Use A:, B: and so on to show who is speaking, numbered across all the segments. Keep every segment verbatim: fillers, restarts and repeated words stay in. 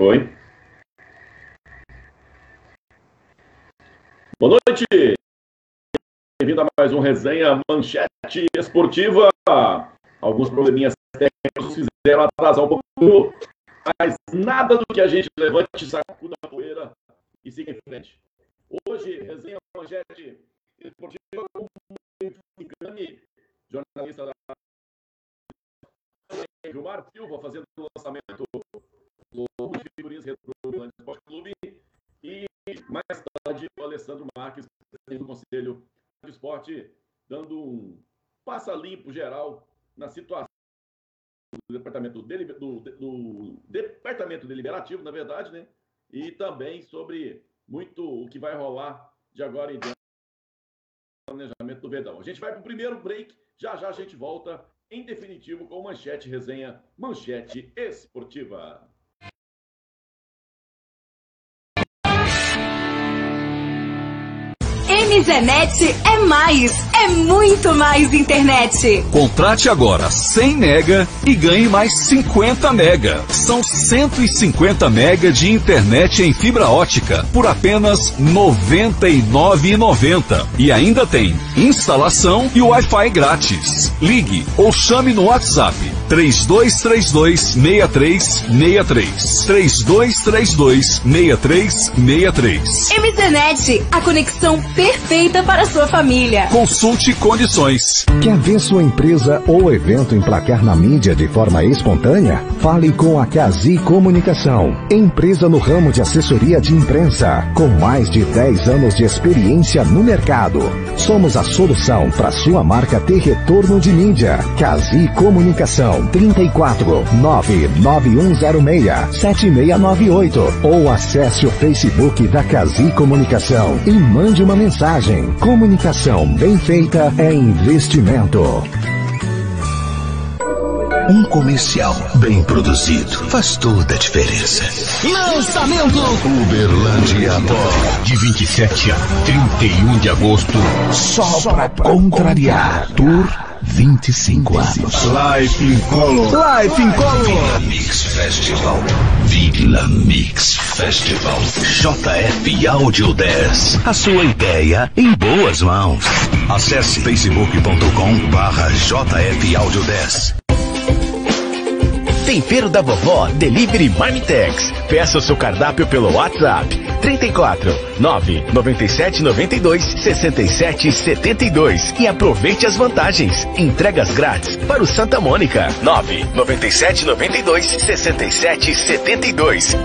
A: Oi. Boa noite. Bem-vindo a mais um Resenha Manchete Esportiva. Alguns probleminhas técnicos fizeram atrasar um pouco, mas nada do que a gente levante, sacuda a poeira e siga em frente. Hoje, Resenha Manchete Esportiva com o Cani, jornalista da Gilmar Silva, fazendo o lançamento do figurinhas Retro do Esporte Clube, e mais tarde o Alessandro Marques, presidente do Conselho de Esporte, dando um passa-limpo geral na situação do departamento, deliber, do, do departamento deliberativo, na verdade, né? E também sobre muito o que vai rolar de agora em diante no planejamento do Verdão. A gente vai para o primeiro break, já já a gente volta em definitivo com Manchete Resenha, Manchete Esportiva.
B: MZNet é mais, é muito mais internet.
C: Contrate agora cem mega e ganhe mais cinquenta mega. São cento e cinquenta mega de internet em fibra ótica por apenas noventa e nove reais e noventa centavos. E ainda tem instalação e Wi-Fi grátis. Ligue ou chame no WhatsApp três dois três dois, seis três seis três. três dois três dois, seis três seis três.
B: MZNet, a conexão perfeita para a sua família.
C: Consulte condições.
D: Quer ver sua empresa ou evento emplacar na mídia de forma espontânea? Fale com a Cazi Comunicação, empresa no ramo de assessoria de imprensa, com mais de dez anos de experiência no mercado. Somos a solução para sua marca ter retorno de mídia. Cazi Comunicação, trinta e quatro, nove nove um zero seis, sete seis nove oito, ou acesse o Facebook da Cazi Comunicação e mande uma mensagem. Comunicação bem feita é investimento.
E: Um comercial bem produzido faz toda a diferença.
B: Lançamento
E: Uberlândia Pó, de vinte e sete a trinta e um de agosto, só, só pra contrariar. Tour vinte e cinco anos.
C: Life in Color.
E: Life in Color. Vila Mix Festival. Vila Mix Festival. J F Audio dez. A sua ideia em boas mãos. Acesse facebook ponto com barra J F Audio dez.
F: Tempero da Vovó Delivery Marmitex. Peça o seu cardápio pelo WhatsApp trinta e quatro, nove nove sete nove dois, seis sete sete dois e aproveite as vantagens. Entregas grátis para o Santa Mônica. nove nove sete nove dois, seis sete sete dois.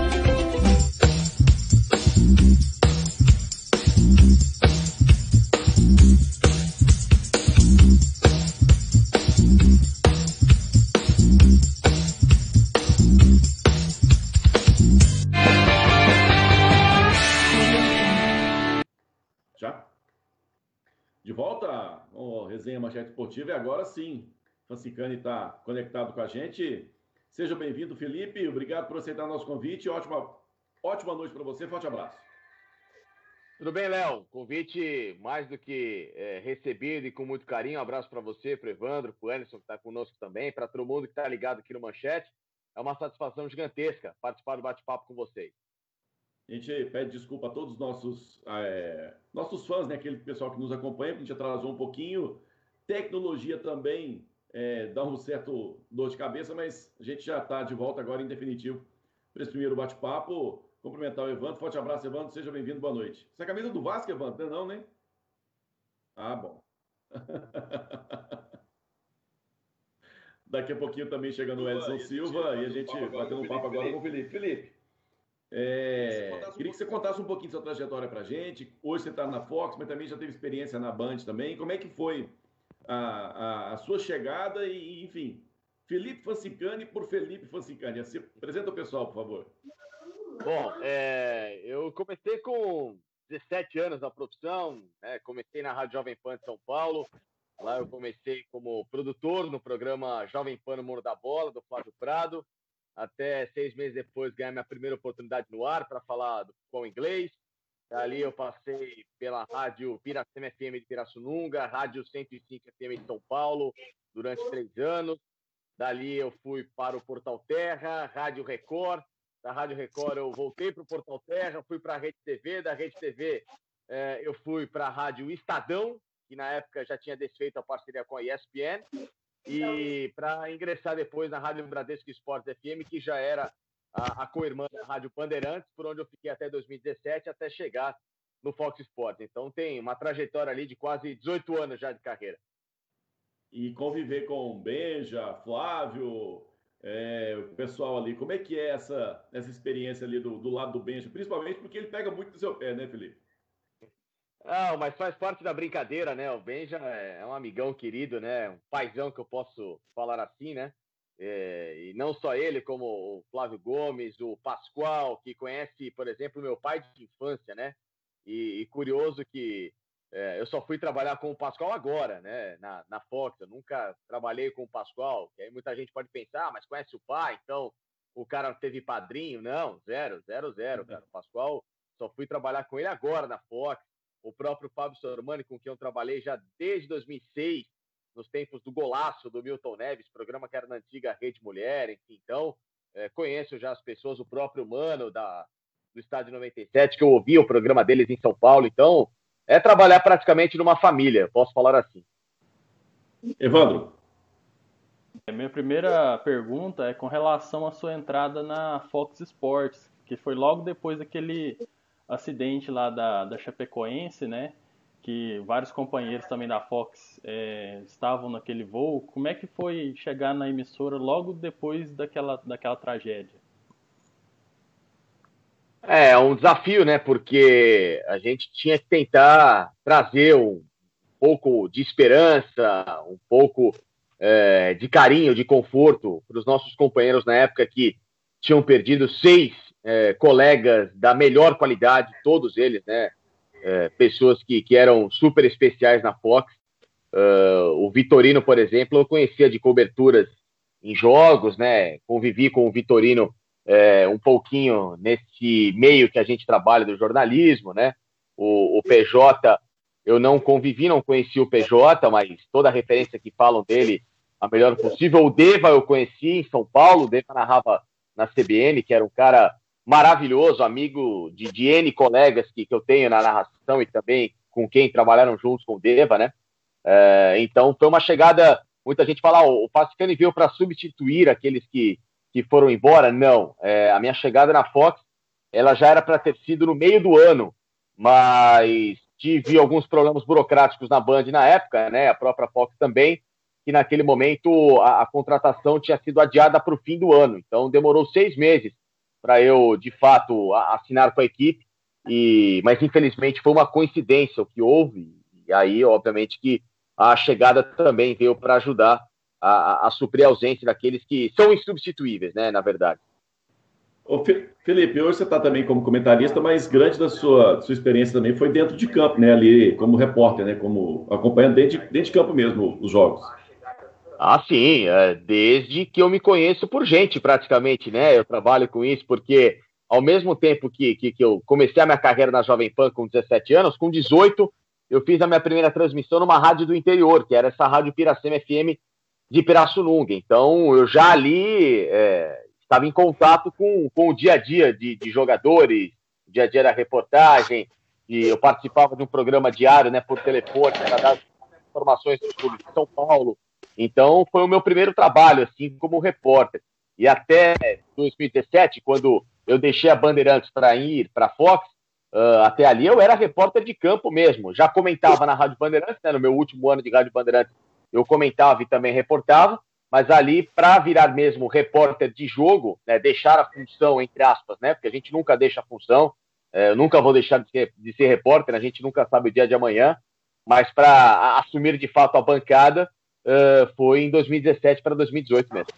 A: De volta ao Resenha Manchete Esportiva, e agora sim, Fancicani está conectado com a gente. Seja bem-vindo, Felipe. Obrigado por aceitar nosso convite. Ótima, ótima noite para você. Forte abraço.
G: Tudo bem, Léo? Convite mais do que é, recebido e com muito carinho. Um abraço para você, para o Evandro, para o Anderson, que está conosco também, para todo mundo que está ligado aqui no Manchete. É uma satisfação gigantesca participar do bate-papo com vocês.
A: A gente pede desculpa a todos os nossos, é, nossos fãs, né? Aquele pessoal que nos acompanha, que a gente atrasou um pouquinho. Tecnologia também é, dá um certo dor de cabeça, mas a gente já está de volta agora em definitivo para esse primeiro bate-papo. Cumprimentar o Evandro. Forte abraço, Evandro. Seja bem-vindo. Boa noite. Essa é a camisa do Vasco, Evandro? Não, né? Ah, bom. Daqui a pouquinho também chegando o Edson Silva e a gente vai ter um papo agora com o Felipe. Felipe. É, queria que você contasse um pouquinho da sua trajetória pra gente. Hoje você está na Fox, mas também já teve experiência na Band também. Como é que foi a, a, a sua chegada e, enfim, Felipe Fancicani por Felipe Fancicani. Apresenta o pessoal, por favor.
G: Bom, é, eu comecei com dezessete anos na profissão, né, comecei na Rádio Jovem Pan de São Paulo. Lá eu comecei como produtor no programa Jovem Pan no Morro da Bola, do Flávio Prado. Até seis meses depois ganhar minha primeira oportunidade no ar para falar do futebol inglês. Ali eu passei pela rádio Piracema F M de Pirassununga, rádio cento e cinco F M de São Paulo, durante três anos. Dali eu fui para o Portal Terra, Rádio Record, da Rádio Record eu voltei para o Portal Terra, fui para a Rede T V, da Rede T V é, eu fui para a Rádio Estadão, que na época já tinha desfeito a parceria com a E S P N, e para ingressar depois na Rádio Bradesco Esportes F M, que já era a, a co-irmã da Rádio Bandeirantes, por onde eu fiquei até dois mil e dezessete, até chegar no Fox Sports. Então tem uma trajetória ali de quase dezoito anos já de carreira.
A: E conviver com Benja, Flávio, é, o pessoal ali, como é que é essa, essa experiência ali do, do lado do Benja? Principalmente porque ele pega muito no seu pé, né, Felipe?
G: Ah, mas faz parte da brincadeira, né? O Benja é um amigão querido, né? Um paizão que eu posso falar assim, né? É, e não só ele, como o Flávio Gomes, o Pascoal, que conhece, por exemplo, meu pai de infância, né? E, e curioso que é, eu só fui trabalhar com o Pascoal agora, né? Na, na Fox, eu nunca trabalhei com o Pascoal, que aí muita gente pode pensar, ah, mas conhece o pai, então o cara teve padrinho? Não, zero, zero, zero, cara. O Pascoal, só fui trabalhar com ele agora na Fox. O próprio Fábio Sormani, com quem eu trabalhei já desde dois mil e seis, nos tempos do Golaço, do Milton Neves, programa que era na antiga Rede Mulher, enfim. Então, é, conheço já as pessoas, o próprio Mano da, do Estádio noventa e sete, que eu ouvi o programa deles em São Paulo. Então, é trabalhar praticamente numa família, posso falar assim.
A: Evandro.
H: A minha primeira pergunta é com relação à sua entrada na Fox Sports, que foi logo depois daquele acidente lá da, da Chapecoense, né? Que vários companheiros também da Fox é, estavam naquele voo. Como é que foi chegar na emissora logo depois daquela, daquela tragédia?
G: É um desafio, né? Porque a gente tinha que tentar trazer um pouco de esperança, um pouco é, de carinho, de conforto para os nossos companheiros na época que tinham perdido seis É, colegas da melhor qualidade, todos eles, né? É, pessoas que, que eram super especiais na Fox. Uh, o Vitorino, por exemplo, eu conhecia de coberturas em jogos, né? Convivi com o Vitorino é, um pouquinho nesse meio que a gente trabalha do jornalismo, né? O, o P J, eu não convivi, não conheci o P J, mas toda a referência que falam dele, a melhor possível. O Deva eu conheci em São Paulo, o Deva narrava na C B N, que era um cara maravilhoso, amigo de, de N colegas que, que eu tenho na narração e também com quem trabalharam juntos com o Deva, né? É, então foi uma chegada, muita gente fala, oh, o Pascani veio para substituir aqueles que, que foram embora. Não, é, a minha chegada na Fox, ela já era para ter sido no meio do ano, mas tive alguns problemas burocráticos na Band na época, né? A própria Fox também, que naquele momento a, a contratação tinha sido adiada para o fim do ano, então demorou seis meses para eu, de fato, assinar com a equipe, e, mas infelizmente foi uma coincidência o que houve, e aí, obviamente, que a chegada também veio para ajudar a, a, a suprir a ausência daqueles que são insubstituíveis, né, na verdade.
A: Ô, Felipe, hoje você está também como comentarista, mas grande da sua, sua experiência também foi dentro de campo, né, ali como repórter, né, como acompanhando dentro de, dentro de campo mesmo os jogos.
G: Ah, sim, é, desde que eu me conheço por gente, praticamente, né? Eu trabalho com isso porque, ao mesmo tempo que, que, que eu comecei a minha carreira na Jovem Pan com dezessete anos, com dezoito, eu fiz a minha primeira transmissão numa rádio do interior, que era essa rádio Piracema F M de Pirassununga. Então, eu já ali é, estava em contato com, com o dia a dia de, de jogadores, o dia a dia da reportagem, e eu participava de um programa diário, né, por telefone, para dar informações dos clubes de São Paulo. Então, foi o meu primeiro trabalho, assim, como repórter. E até dois mil e dezessete, quando eu deixei a Bandeirantes para ir para a Fox, uh, até ali eu era repórter de campo mesmo. Já comentava na Rádio Bandeirantes, né, no meu último ano de Rádio Bandeirantes, eu comentava e também reportava, mas ali, para virar mesmo repórter de jogo, né, deixar a função, entre aspas, né, porque a gente nunca deixa a função, é, eu nunca vou deixar de ser, de ser repórter, a gente nunca sabe o dia de amanhã, mas para assumir de fato a bancada, Uh, foi em dois mil e dezessete para dois mil e dezoito mesmo.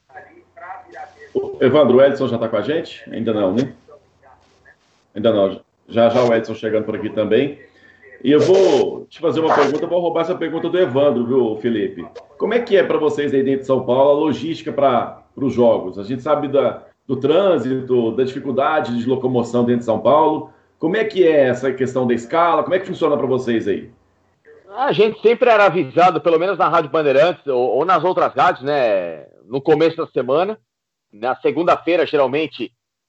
A: O Evandro, o Edson já está com a gente? Ainda não, né? Ainda não. Já já o Edson chegando por aqui também. E eu vou te fazer uma pergunta, vou roubar essa pergunta do Evandro, viu, Felipe? Como é que é para vocês aí dentro de São Paulo a logística para os jogos? A gente sabe da, do trânsito, da dificuldade de locomoção dentro de São Paulo. Como é que é essa questão da escala? Como é que funciona para vocês aí?
G: A gente sempre era avisado, pelo menos na Rádio Bandeirantes ou, ou nas outras rádios, né? No começo da semana. Na segunda-feira, geralmente,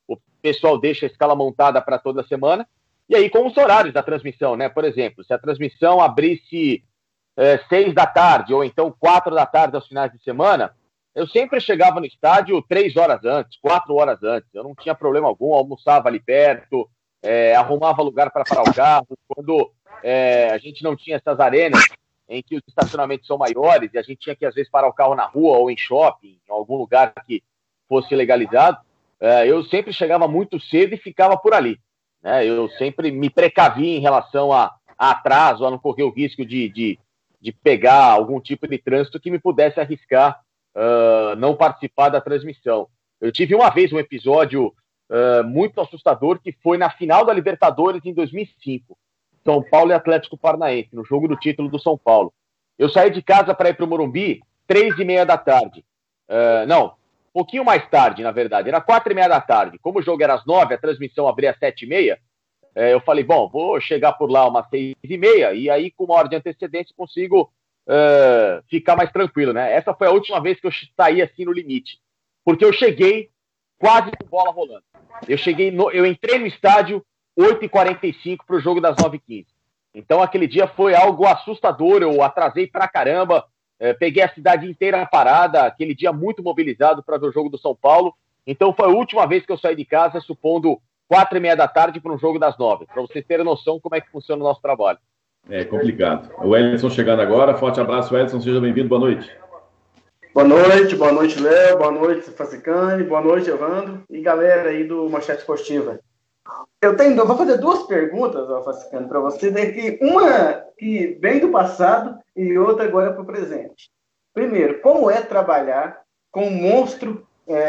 G: pessoal deixa a escala montada para toda semana, e aí com os horários da transmissão, né? Por exemplo, se a transmissão abrisse é, seis da tarde, ou então quatro da tarde aos finais de semana, eu sempre chegava no estádio três horas antes, quatro horas antes, eu não tinha problema algum, almoçava ali perto, é, arrumava lugar para parar o carro, quando é, a gente não tinha essas arenas em que os estacionamentos são maiores, e a gente tinha que às vezes parar o carro na rua ou em shopping, em algum lugar que fosse legalizado, é, eu sempre chegava muito cedo e ficava por ali. Né? Eu sempre me precavia em relação a, a atraso, a não correr o risco de, de, de pegar algum tipo de trânsito que me pudesse arriscar uh, não participar da transmissão. Eu tive uma vez um episódio uh, muito assustador, que foi na final da Libertadores em dois mil e cinco. São Paulo e Atlético Paranaense, no jogo do título do São Paulo. Eu saí de casa para ir para o Morumbi três e meia da tarde. Uh, não, um pouquinho mais tarde, na verdade. Era quatro e meia da tarde. Como o jogo era às nove, a transmissão abria às sete e meia, uh, eu falei, bom, vou chegar por lá umas seis e meia, e aí com uma hora de antecedência consigo uh, ficar mais tranquilo, né? Essa foi a última vez que eu saí assim no limite. Porque eu cheguei quase com bola rolando. Eu cheguei, no, eu entrei no estádio oito e quarenta e cinco para o jogo das nove e quinze. Então aquele dia foi algo assustador, eu atrasei pra caramba, eh, peguei a cidade inteira parada, aquele dia muito mobilizado para ver o jogo do São Paulo. Então foi a última vez que eu saí de casa, supondo quatro e meia da tarde para um jogo das nove, para vocês terem noção como é que funciona o nosso trabalho.
A: É complicado. O Edson chegando agora, forte abraço, Edson, seja bem-vindo, boa noite.
I: Boa noite, boa noite, Léo, boa noite, Facicani, boa noite, Evandro, e galera aí do Manchete Esportiva. Eu tenho, eu vou fazer duas perguntas, Facicani, para você, daqui, uma que vem do passado e outra agora para o presente. Primeiro, como é trabalhar com um monstro,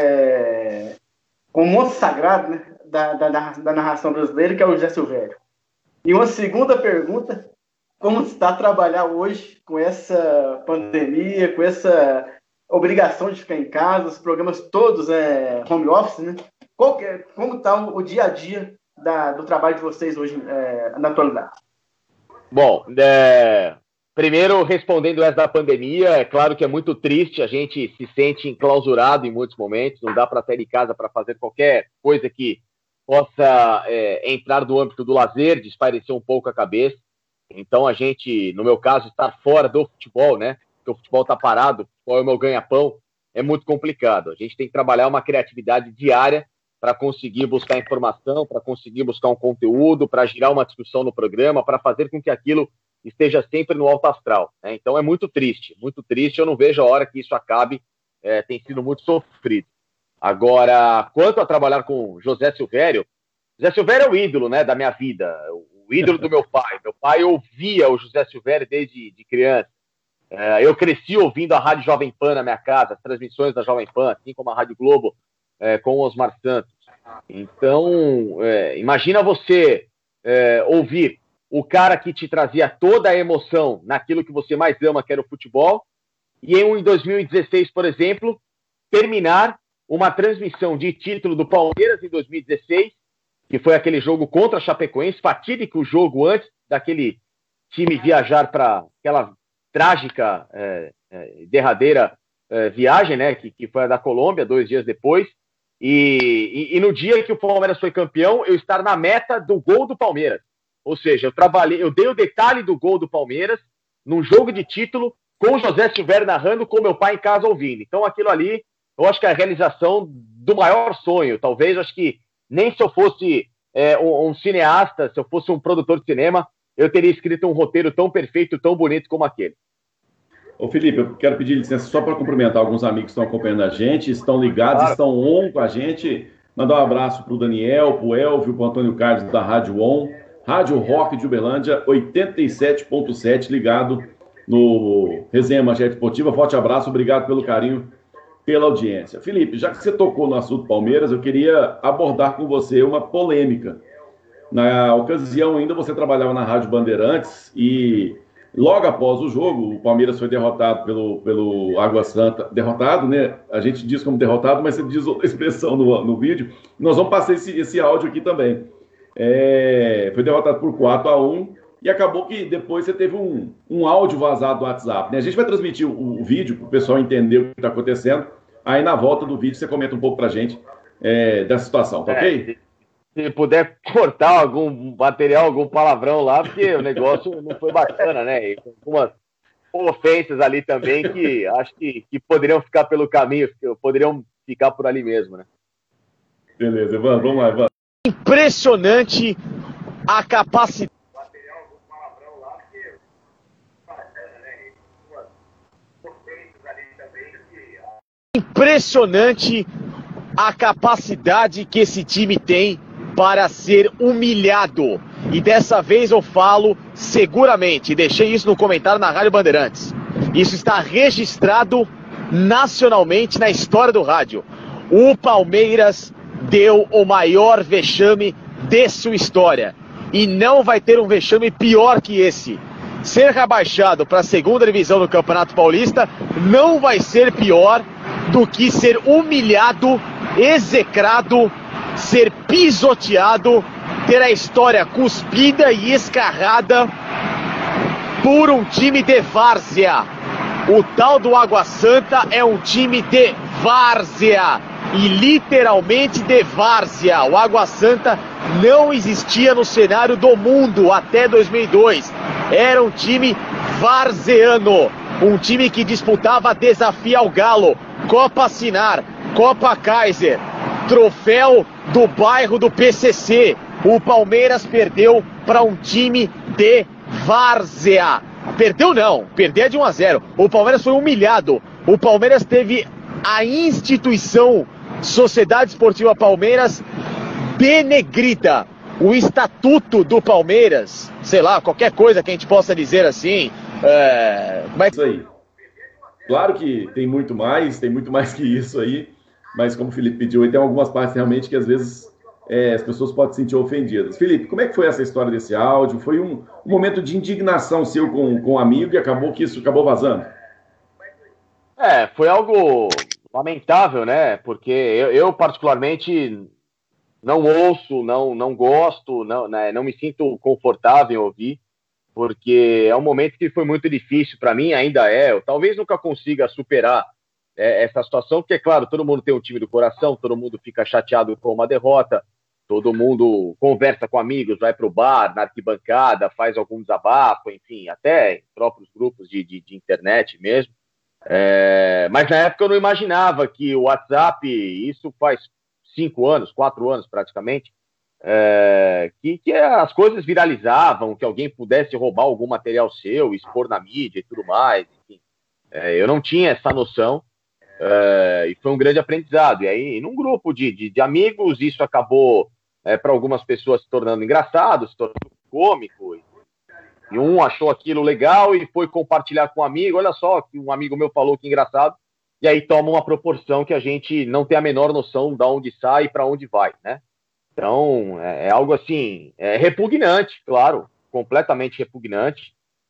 I: é, com um monstro sagrado, né, da, da, da narração brasileira, que é o José Silvério? E uma segunda pergunta, como está trabalhar hoje com essa pandemia, com essa obrigação de ficar em casa, os programas todos é home office, né? Qual que é, como está o, o dia a dia da, do trabalho de vocês hoje é, na atualidade?
G: Bom, é, primeiro respondendo essa da pandemia, é claro que é muito triste, a gente se sente enclausurado em muitos momentos, não dá para sair de casa para fazer qualquer coisa que possa é, entrar no âmbito do lazer, de espairecer um pouco a cabeça. Então a gente, no meu caso, estar fora do futebol, né? Porque o futebol está parado, o futebol é o meu ganha-pão, é muito complicado. A gente tem que trabalhar uma criatividade diária para conseguir buscar informação, para conseguir buscar um conteúdo, para girar uma discussão no programa, para fazer com que aquilo esteja sempre no alto astral. Né? Então é muito triste, muito triste. Eu não vejo a hora que isso acabe, é, tem sido muito sofrido. Agora, quanto a trabalhar com José Silvério, José Silvério é o ídolo, né, da minha vida, o ídolo do meu pai. Meu pai ouvia o José Silvério desde de criança. É, eu cresci ouvindo a Rádio Jovem Pan na minha casa, as transmissões da Jovem Pan, assim como a Rádio Globo, é, com o Osmar Santos. Então, é, imagina você é, ouvir o cara que te trazia toda a emoção naquilo que você mais ama, que era o futebol, e em dois mil e dezesseis, por exemplo, terminar uma transmissão de título do Palmeiras em dois mil e dezesseis, que foi aquele jogo contra a Chapecoense, fatídico jogo antes daquele time viajar para aquela trágica é, é, derradeira é, viagem, né, que, que foi a da Colômbia, dois dias depois, e, e, e no dia que o Palmeiras foi campeão, eu estar na meta do gol do Palmeiras. Ou seja, eu trabalhei, eu dei o detalhe do gol do Palmeiras num jogo de título com o José Silvério narrando, com meu pai em casa ouvindo. Então aquilo ali, eu acho que é a realização do maior sonho. Talvez, acho que nem se eu fosse é, um, um cineasta, se eu fosse um produtor de cinema, eu teria escrito um roteiro tão perfeito, tão bonito como aquele.
A: Ô Felipe, eu quero pedir licença só para cumprimentar alguns amigos que estão acompanhando a gente, estão ligados,
G: Claro.
A: estão on com a gente. Mandar um abraço para o Daniel, para o Elvio, para o Antônio Carlos da Rádio On, Rádio Rock de Uberlândia, oitenta e sete ponto sete, ligado no Resenha Manchete Esportiva. Forte abraço, obrigado pelo carinho, pela audiência. Felipe, já que você tocou no assunto Palmeiras, eu queria abordar com você uma polêmica. Na ocasião, ainda você trabalhava na Rádio Bandeirantes e logo após o jogo, o Palmeiras foi derrotado pelo, pelo Água Santa. Derrotado, né? A gente diz como derrotado, mas você diz outra expressão no, no vídeo. Nós vamos passar esse, esse áudio aqui também. É, foi derrotado por quatro a um e acabou que depois você teve um, um áudio vazado do WhatsApp. Né? A gente vai transmitir o, o vídeo para o pessoal entender o que está acontecendo. Aí na volta do vídeo você comenta um pouco para a gente é, dessa situação, tá
G: é,
A: ok?
G: se puder cortar algum material, algum palavrão lá, porque o negócio não foi bacana, né? E algumas ofensas ali também que acho que, que poderiam ficar pelo caminho, poderiam ficar por ali mesmo, né?
A: Beleza, Evandro, vamos lá, Evandro.
F: Impressionante a capacidade. Impressionante a capacidade que esse time tem para ser humilhado. E dessa vez eu falo seguramente, deixei isso no comentário na Rádio Bandeirantes. Isso está registrado nacionalmente na história do rádio. O Palmeiras deu o maior vexame de sua história. E não vai ter um vexame pior que esse. Ser rebaixado para a segunda divisão do Campeonato Paulista não vai ser pior do que ser humilhado, execrado, ser pisoteado, ter a história cuspida e escarrada por um time de várzea. O tal do Água Santa é um time de várzea, e literalmente de várzea. O Água Santa não existia no cenário do mundo até dois mil e dois. Era um time varzeano, um time que disputava Desafio ao Galo, Copa Sinar, Copa Kaiser, troféu do bairro do P C C. O Palmeiras perdeu para um time de várzea. Perdeu não, perdeu de um a zero. O Palmeiras foi humilhado. O Palmeiras teve a instituição Sociedade Esportiva Palmeiras denegrida. O estatuto do Palmeiras, sei lá, qualquer coisa que a gente possa dizer assim. É... Como é que...
A: Isso aí. Claro que tem muito mais, tem muito mais que isso aí, mas como o Felipe pediu, tem algumas partes realmente que às vezes é, as pessoas podem se sentir ofendidas. Felipe, como é que foi essa história desse áudio? Foi um, um momento de indignação seu com, com um amigo e acabou que isso acabou vazando?
G: É, foi algo lamentável, né? Porque eu, eu particularmente não ouço, não, não gosto, não, né, não me sinto confortável em ouvir, porque é um momento que foi muito difícil para mim, ainda é. Eu talvez nunca consiga superar é, essa situação, porque, claro, todo mundo tem um time do coração, todo mundo fica chateado com uma derrota, todo mundo conversa com amigos, vai para o bar, na arquibancada, faz algum desabafo, enfim, até em próprios grupos de, de, de internet mesmo. É, mas na época eu não imaginava que o WhatsApp, isso faz cinco anos, quatro anos praticamente, é, que, que as coisas viralizavam, que alguém pudesse roubar algum material seu, expor na mídia e tudo mais, enfim. É, eu não tinha essa noção, é, e foi um grande aprendizado. E aí, num grupo de, de, de amigos, isso acabou, é, para algumas pessoas, se tornando engraçado, se tornando cômico, e um achou aquilo legal e foi compartilhar com um amigo. Olha só, que um amigo meu falou que engraçado. E aí toma uma proporção que a gente não tem a menor noção de onde sai e para onde vai, né? Então, é, é algo assim, é repugnante, claro, completamente repugnante.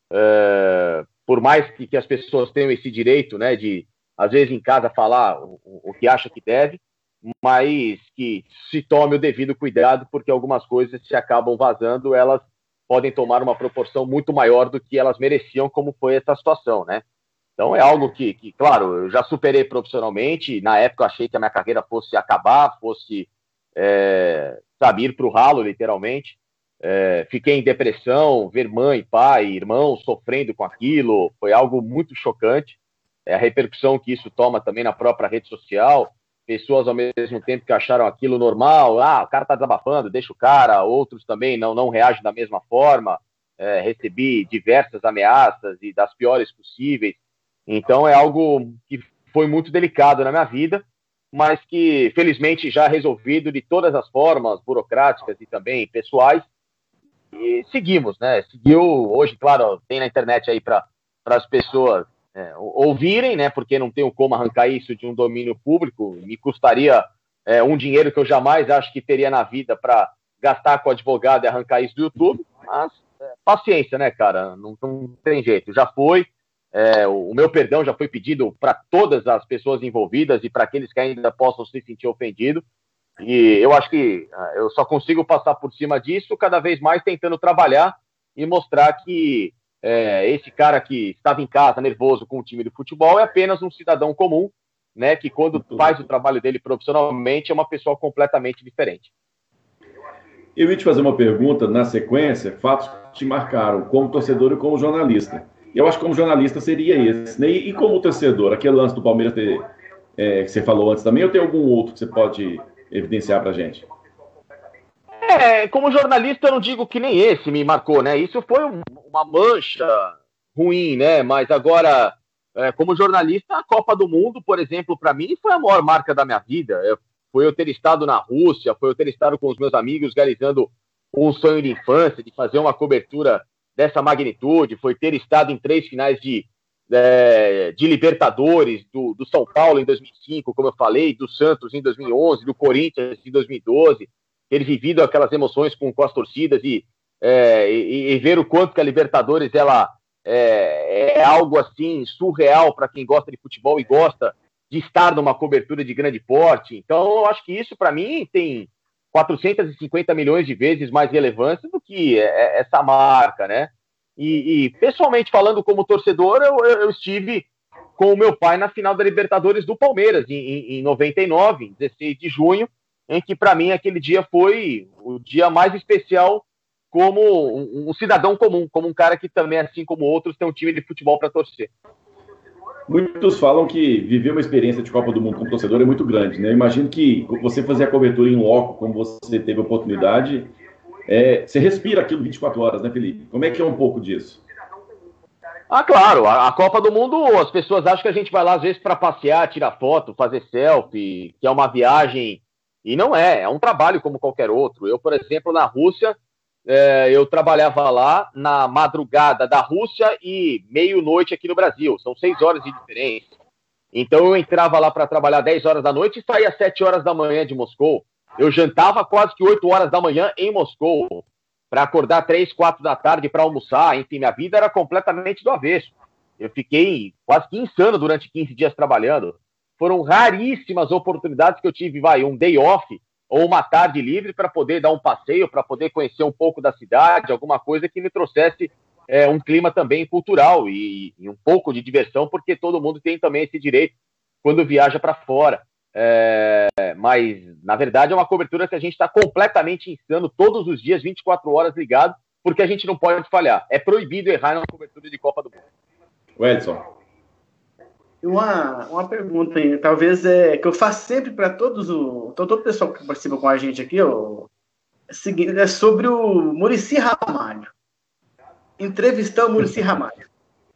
G: É, por mais que, que as pessoas tenham esse direito, né, de, às vezes, em casa falar o, o que acha que deve, mas que se tome o devido cuidado, porque algumas coisas se acabam vazando, elas podem tomar uma proporção muito maior do que elas mereciam, como foi essa situação, né? Então é algo que, que, claro, eu já superei profissionalmente. Na época eu achei que a minha carreira fosse acabar, fosse, é, sabe, ir para o ralo, literalmente. É, fiquei em depressão, ver mãe, pai, irmão sofrendo com aquilo, foi algo muito chocante. É, a repercussão que isso toma também na própria rede social, pessoas ao mesmo tempo que acharam aquilo normal, ah, o cara tá desabafando, deixa o cara, outros também não, não reagem da mesma forma. É, recebi diversas ameaças e das piores possíveis. Então é algo que foi muito delicado na minha vida, mas que felizmente já resolvido de todas as formas, burocráticas e também pessoais, e seguimos, né? Seguiu, hoje, claro, tem na internet aí para as pessoas é, ouvirem, né? Porque não tenho como arrancar isso de um domínio público, me custaria é, um dinheiro que eu jamais acho que teria na vida para gastar com advogado e arrancar isso do YouTube, mas é, paciência, né, cara? Não, não tem jeito, já foi. É, o meu perdão já foi pedido para todas as pessoas envolvidas e para aqueles que ainda possam se sentir ofendidos. E eu acho que eu só consigo passar por cima disso cada vez mais tentando trabalhar e mostrar que é, esse cara que estava em casa nervoso com o time de futebol é apenas um cidadão comum, né, que quando faz o trabalho dele profissionalmente é uma pessoa completamente diferente.
A: Eu ia te fazer uma pergunta na sequência, fatos que te marcaram como torcedor e como jornalista. Eu acho que como jornalista seria esse, né? E como torcedor, aquele lance do Palmeiras ter, é, que você falou antes também, ou tem algum outro que você pode evidenciar pra gente?
G: É, como jornalista eu não digo que nem esse me marcou, né? Isso foi um, uma mancha ruim, né? Mas agora, é, como jornalista, a Copa do Mundo, por exemplo, para mim foi a maior marca da minha vida. Eu, foi eu ter estado na Rússia, foi eu ter estado com os meus amigos realizando um sonho de infância, de fazer uma cobertura dessa magnitude, foi ter estado em três finais de, é, de Libertadores, do, do São Paulo em dois mil e cinco, como eu falei, do Santos em dois mil e onze, do Corinthians em dois mil e doze, ter vivido aquelas emoções com, com as torcidas e, é, e, e ver o quanto que a Libertadores ela, é, é algo assim surreal para quem gosta de futebol e gosta de estar numa cobertura de grande porte. Então eu acho que isso para mim tem quatrocentos e cinquenta milhões de vezes mais relevância do que essa marca, né? E, e pessoalmente falando como torcedor, eu, eu estive com o meu pai na final da Libertadores do Palmeiras, em, em, em noventa e nove, em dezesseis de junho, em que para mim aquele dia foi o dia mais especial como um, um cidadão comum, como um cara que também, assim como outros, tem um time de futebol para torcer.
A: Muitos falam que viver uma experiência de Copa do Mundo como torcedor é muito grande, né? Eu imagino que você fazer a cobertura em loco, como você teve a oportunidade, é, você respira aquilo vinte e quatro horas, né, Felipe? Como é que é um pouco disso?
G: Ah, claro. A, a Copa do Mundo, as pessoas acham que a gente vai lá, às vezes, para passear, tirar foto, fazer selfie, que é uma viagem. E não é. É um trabalho como qualquer outro. Eu, por exemplo, na Rússia, É, eu trabalhava lá na madrugada da Rússia e meio-noite aqui no Brasil. São seis horas de diferença. Então eu entrava lá para trabalhar dez horas da noite e saía às sete horas da manhã de Moscou. Eu jantava quase que oito horas da manhã em Moscou para acordar três, quatro da tarde para almoçar. Enfim, minha vida era completamente do avesso. Eu fiquei quase que insano durante quinze dias trabalhando. Foram raríssimas oportunidades que eu tive, vai, um day off ou uma tarde livre para poder dar um passeio, para poder conhecer um pouco da cidade, alguma coisa que me trouxesse é, um clima também cultural e, e um pouco de diversão, porque todo mundo tem também esse direito quando viaja para fora. É, mas, na verdade, é uma cobertura que a gente está completamente insano todos os dias, vinte e quatro horas ligado, porque a gente não pode falhar. É proibido errar na cobertura de Copa do Mundo.
A: O Edson.
I: Uma, uma pergunta aí, talvez é que eu faço sempre para todos o todo o pessoal que participa com a gente aqui, ó, é, é sobre o Muricy Ramalho. Entrevistar o Muricy Ramalho.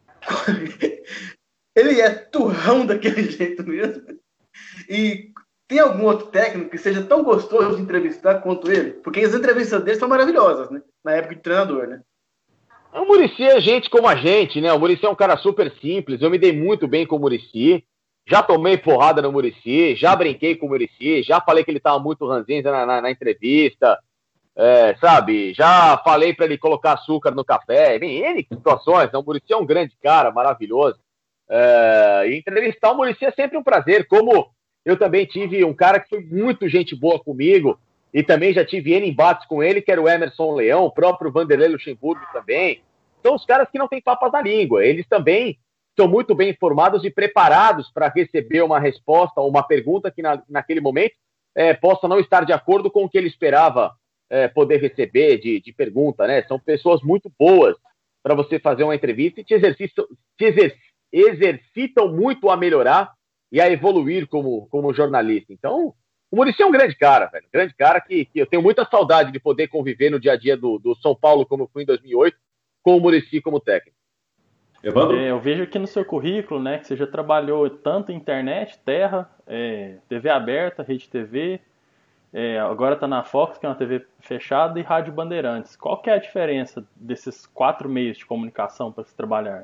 I: Ele é turrão daquele jeito mesmo. E tem algum outro técnico que seja tão gostoso de entrevistar quanto ele? Porque as entrevistas dele são maravilhosas, né? Na época de treinador, né?
G: O Muricy é gente como a gente, né? O Muricy é um cara super simples. Eu me dei muito bem com o Muricy. Já tomei porrada no Muricy, já brinquei com o Muricy, já falei que ele tava muito ranzinza na, na, na entrevista, é, sabe? Já falei para ele colocar açúcar no café. Bem, N situações, né? O Muricy é um grande cara, maravilhoso. É, e entrevistar o Muricy é sempre um prazer. Como eu também tive um cara que foi muito gente boa comigo, e também já tive N embates com ele, que era o Emerson Leão, o próprio Vanderlei Luxemburgo também. São os caras que não têm papas na língua. Eles também são muito bem informados e preparados para receber uma resposta ou uma pergunta que na, naquele momento é, possa não estar de acordo com o que ele esperava é, poder receber de, de pergunta, né? São pessoas muito boas para você fazer uma entrevista e te, exercitam, te exer, exercitam muito a melhorar e a evoluir como, como jornalista. Então, o Muricy é um grande cara, velho. Um grande cara que, que eu tenho muita saudade de poder conviver no dia a dia do, do São Paulo, como eu fui em dois mil e oito, com o Muricy como técnico.
H: É, eu vejo aqui no seu currículo, né, que você já trabalhou tanto em internet, terra, é, T V aberta, rede T V, é, agora está na Fox, que é uma T V fechada, e Rádio Bandeirantes. Qual que é a diferença desses quatro meios de comunicação para se trabalhar?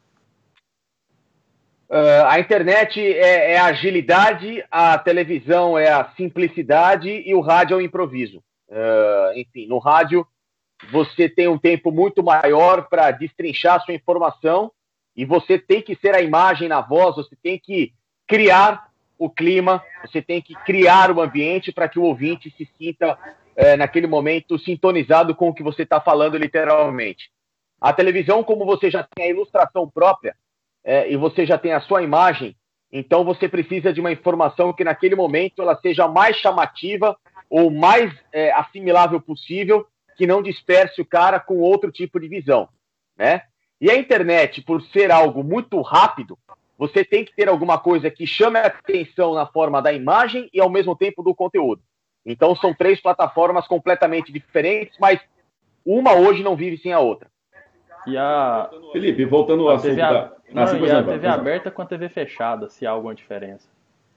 G: Uh, a internet é, é a agilidade, a televisão é a simplicidade e o rádio é o improviso. Uh, enfim, no rádio você tem um tempo muito maior para destrinchar sua informação e você tem que ser a imagem na voz, você tem que criar o clima, você tem que criar o ambiente para que o ouvinte se sinta, uh, naquele momento, sintonizado com o que você está falando literalmente. A televisão, como você já tem a ilustração própria, É, e você já tem a sua imagem, então você precisa de uma informação que naquele momento ela seja mais chamativa o mais é, assimilável possível, que não disperse o cara com outro tipo de visão, né? E a internet, por ser algo muito rápido, você tem que ter alguma coisa que chame a atenção na forma da imagem e ao mesmo tempo do conteúdo. Então são três plataformas completamente diferentes, mas uma hoje não vive sem a outra.
H: E a...
A: Felipe, voltando ao assunto
H: a...
A: da...
H: Não,
A: ah, sim,
H: e a
A: exemplo,
H: T V aberta com a T V fechada, se há alguma diferença?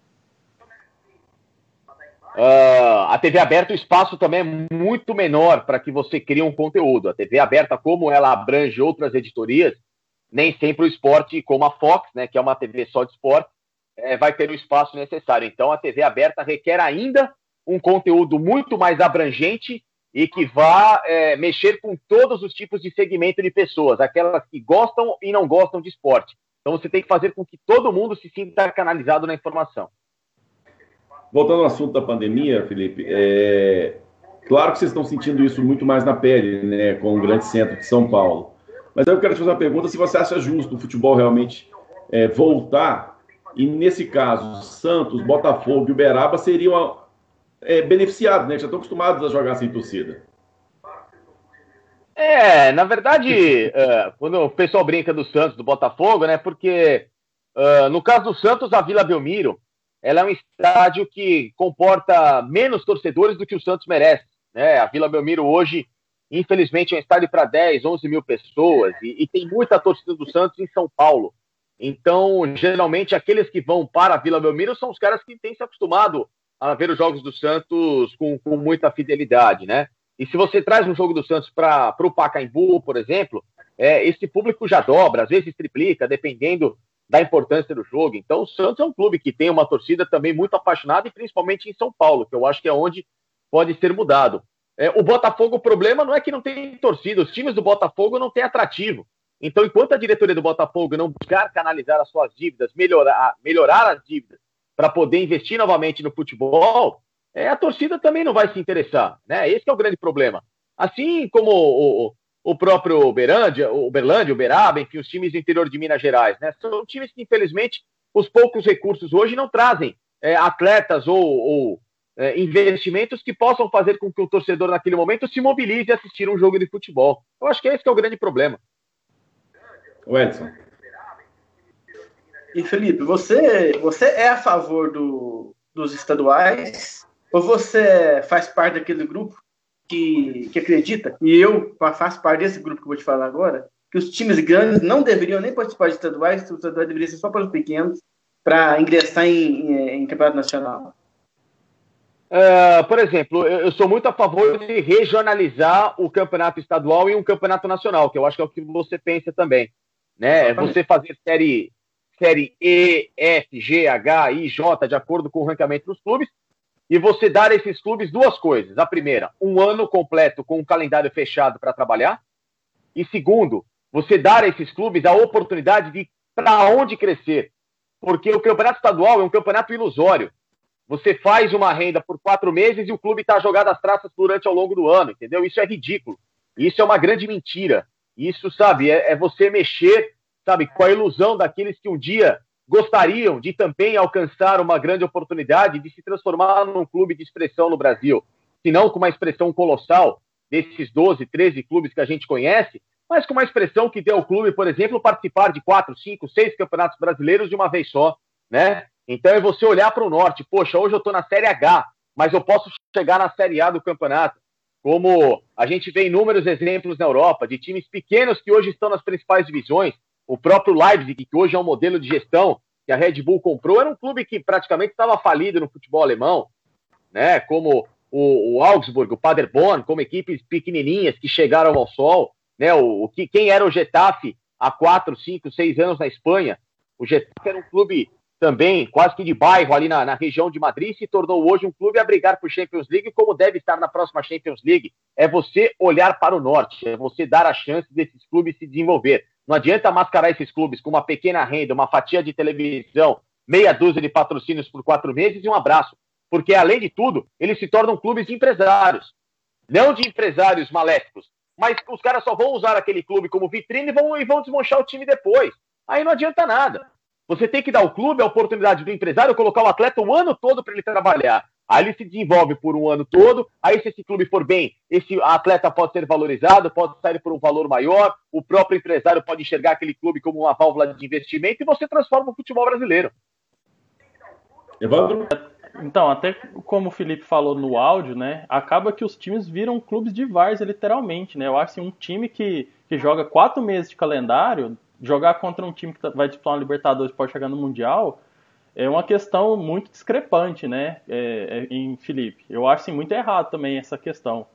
G: Uh, a T V aberta, o espaço também é muito menor para que você crie um conteúdo. A T V aberta, como ela abrange outras editorias, nem sempre o esporte, como a Fox, né, que é uma T V só de esporte, é, vai ter o espaço necessário. Então, a T V aberta requer ainda um conteúdo muito mais abrangente e que vá é, mexer com todos os tipos de segmento de pessoas, aquelas que gostam e não gostam de esporte. Então, você tem que fazer com que todo mundo se sinta canalizado na informação.
A: Voltando ao assunto da pandemia, Felipe, é... claro que vocês estão sentindo isso muito mais na pele, né, com o grande centro de São Paulo. Mas eu quero te fazer uma pergunta, se você acha justo o futebol realmente é, voltar, e nesse caso, Santos, Botafogo e Uberaba seriam é, beneficiados, né, já estão acostumados a jogar sem torcida.
G: É, na verdade, uh, quando o pessoal brinca do Santos, do Botafogo, né, porque uh, no caso do Santos, a Vila Belmiro, ela é um estádio que comporta menos torcedores do que o Santos merece, né? A Vila Belmiro hoje, infelizmente, é um estádio para dez, onze mil pessoas e, e tem muita torcida do Santos em São Paulo. Então, geralmente, aqueles que vão para a Vila Belmiro são os caras que têm se acostumado a ver os jogos do Santos com, com muita fidelidade, né? E se você traz um jogo do Santos para o Pacaembu, por exemplo, é, esse público já dobra, às vezes triplica, dependendo da importância do jogo. Então, o Santos é um clube que tem uma torcida também muito apaixonada, e principalmente em São Paulo, que eu acho que é onde pode ser mudado. É, o Botafogo, o problema não é que não tem torcida, os times do Botafogo não têm atrativo. Então, enquanto a diretoria do Botafogo não buscar canalizar as suas dívidas, melhorar, melhorar as dívidas, para poder investir novamente no futebol, é, a torcida também não vai se interessar, né? Esse é o grande problema. Assim como o, o O próprio Uberlândia, o Uberlândia, Uberaba, enfim, os times do interior de Minas Gerais, né? São times que, infelizmente, os poucos recursos hoje não trazem é, atletas ou, ou é, investimentos que possam fazer com que o torcedor, naquele momento, se mobilize e assistir um jogo de futebol. Eu acho que esse que é o grande problema.
A: O Edson.
I: E, Felipe, você, você é a favor do, dos estaduais ou você faz parte daquele grupo Que, que acredita, e eu faço parte desse grupo que eu vou te falar agora, que os times grandes não deveriam nem participar de estaduais, os estaduais deveriam ser só para os pequenos, para ingressar em, em, em campeonato nacional?
G: Uh, por exemplo, eu, eu sou muito a favor de regionalizar o campeonato estadual e um campeonato nacional, que eu acho que é o que você pensa também, né? Você fazer série, série E, F, G, H, I, J, de acordo com o ranqueamento dos clubes, e você dar a esses clubes duas coisas. A primeira, um ano completo com um calendário fechado para trabalhar. E segundo, você dar a esses clubes a oportunidade de para onde crescer. Porque o campeonato estadual é um campeonato ilusório. Você faz uma renda por quatro meses e o clube está jogado às traças durante ao longo do ano, entendeu? Isso é ridículo. Isso é uma grande mentira. Isso, sabe, é, é você mexer, sabe, com a ilusão daqueles que um dia gostariam de também alcançar uma grande oportunidade de se transformar num clube de expressão no Brasil, se não com uma expressão colossal desses doze, treze clubes que a gente conhece, mas com uma expressão que dê ao clube, por exemplo, participar de quatro, cinco, seis campeonatos brasileiros de uma vez só, né? Então é você olhar para o norte, poxa, hoje eu estou na Série H, mas eu posso chegar na Série A do campeonato, como a gente vê inúmeros exemplos na Europa, de times pequenos que hoje estão nas principais divisões. O próprio Leipzig, que hoje é um modelo de gestão que a Red Bull comprou, era um clube que praticamente estava falido no futebol alemão, né? Como o, o Augsburg, o Paderborn, como equipes pequenininhas que chegaram ao sol, né? O, o, quem era o Getafe há quatro, cinco, seis anos na Espanha? O Getafe era um clube também quase que de bairro ali na, na região de Madrid, se tornou hoje um clube a brigar por Champions League, como deve estar na próxima Champions League. É você olhar para o norte, é você dar a chance desses clubes se desenvolver. Não adianta mascarar esses clubes com uma pequena renda, uma fatia de televisão, meia dúzia de patrocínios por quatro meses e um abraço. Porque, além de tudo, eles se tornam clubes de empresários. Não de empresários maléficos. Mas os caras só vão usar aquele clube como vitrine e vão, e vão desmanchar o time depois. Aí não adianta nada. Você tem que dar ao clube a oportunidade do empresário colocar o atleta o ano todo para ele trabalhar. Aí ele se desenvolve por um ano todo, aí se esse clube for bem, esse atleta pode ser valorizado, pode sair por um valor maior, o próprio empresário pode enxergar aquele clube como uma válvula de investimento e você transforma o futebol brasileiro.
A: Evandro?
H: Então, até como o Felipe falou no áudio, né, acaba que os times viram clubes de várzea, literalmente, né? Eu acho assim, um time que, que joga quatro meses de calendário, jogar contra um time que vai disputar uma Libertadores e pode chegar no Mundial, é uma questão muito discrepante, né, é, é, em Felipe. Eu acho assim, muito errado também essa questão.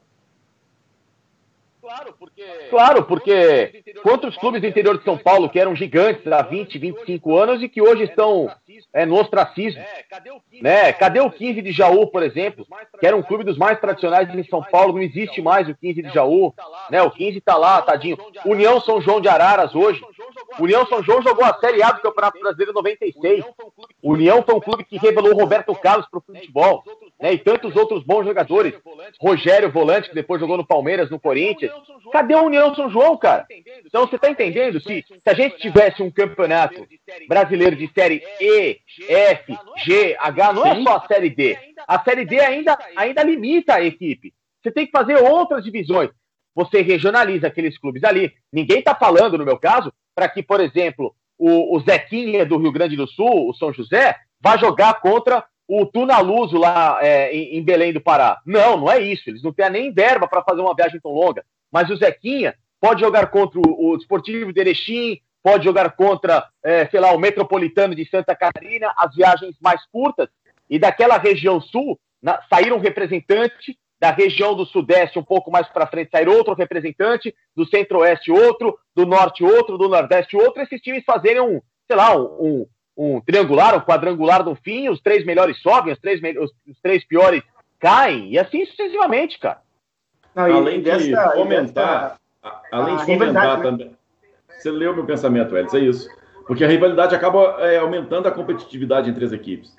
G: Claro, porque... Claro, porque contra os clubes do interior de São Paulo, que eram gigantes há vinte, vinte e cinco anos e que hoje estão é, no ostracismo. Né? Cadê o quinze de Jaú, por exemplo? Que era um clube dos mais tradicionais em São Paulo, não existe mais o quinze de Jaú. Né? O quinze tá lá, tadinho. União São João de Araras hoje. União São João jogou a Série A do Campeonato Brasileiro em noventa e seis. União foi um clube que revelou o Roberto Carlos para o futebol. Né? E tantos outros bons jogadores. Rogério Volante, que depois jogou no Palmeiras, no Corinthians. Cadê a União São João, cara? Então você tá entendendo? Se, se a gente tivesse um campeonato brasileiro de série E, F, G, H, não é só a série D. A série D ainda, ainda limita a equipe. Você tem que fazer outras divisões. Você regionaliza aqueles clubes ali. Ninguém tá falando, no meu caso, para que, por exemplo, o, o Zequinha do Rio Grande do Sul, o São José, vá jogar contra o Tunaluso lá é, em, em Belém do Pará. Não, não é isso. Eles não têm nem verba para fazer uma viagem tão longa. Mas o Zequinha pode jogar contra o, o Desportivo de Erechim, pode jogar contra, é, sei lá, o Metropolitano de Santa Catarina, as viagens mais curtas. E daquela região sul, na, saíram um representante, da região do Sudeste um pouco mais para frente, sair outro representante, do Centro-Oeste outro, do Norte outro, do Nordeste outro, esses times fazerem um, sei lá, um, um, um triangular, um quadrangular no fim, os três melhores sobem, os três, os, os três piores caem, e assim sucessivamente, cara.
A: Não, além de dessa, fomentar, dessa, além de fomentar também. Né? Você leu meu pensamento, Edson, é isso. Porque a rivalidade acaba é, aumentando a competitividade entre as equipes.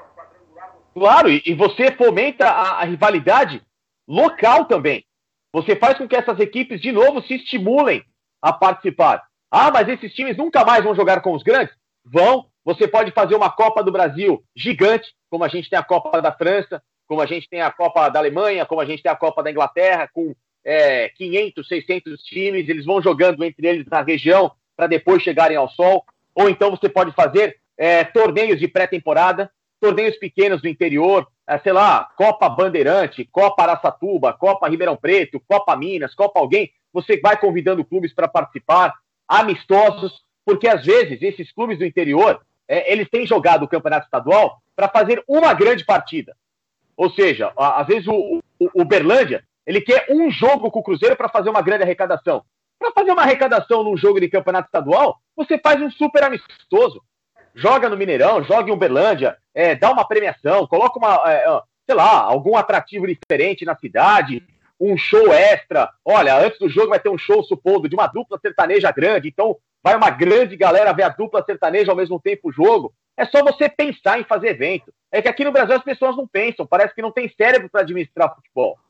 G: Claro, e, e você fomenta a, a rivalidade local também. Você faz com que essas equipes, de novo, se estimulem a participar. Ah, mas esses times nunca mais vão jogar com os grandes? Vão. Você pode fazer uma Copa do Brasil gigante, como a gente tem a Copa da França, como a gente tem a Copa da Alemanha, como a gente tem a Copa da Inglaterra, com é, quinhentos, seiscentos times, eles vão jogando entre eles na região para depois chegarem ao sol. Ou então você pode fazer é, torneios de pré-temporada, torneios pequenos do interior, é, sei lá, Copa Bandeirante, Copa Araçatuba, Copa Ribeirão Preto, Copa Minas, Copa alguém. Você vai convidando clubes para participar, amistosos, porque às vezes esses clubes do interior, é, eles têm jogado o campeonato estadual para fazer uma grande partida. Ou seja, às vezes o, o, o Uberlândia, ele quer um jogo com o Cruzeiro para fazer uma grande arrecadação. Para fazer uma arrecadação num jogo de campeonato estadual, você faz um super amistoso. Joga no Mineirão, joga em Uberlândia, é, dá uma premiação, coloca uma, é, sei lá, algum atrativo diferente na cidade, um show extra. Olha, antes do jogo vai ter um show, supondo, de uma dupla sertaneja grande, então vai uma grande galera ver a dupla sertaneja ao mesmo tempo o jogo. É só você pensar em fazer evento. É que aqui no Brasil as pessoas não pensam, parece que não tem cérebro para administrar futebol.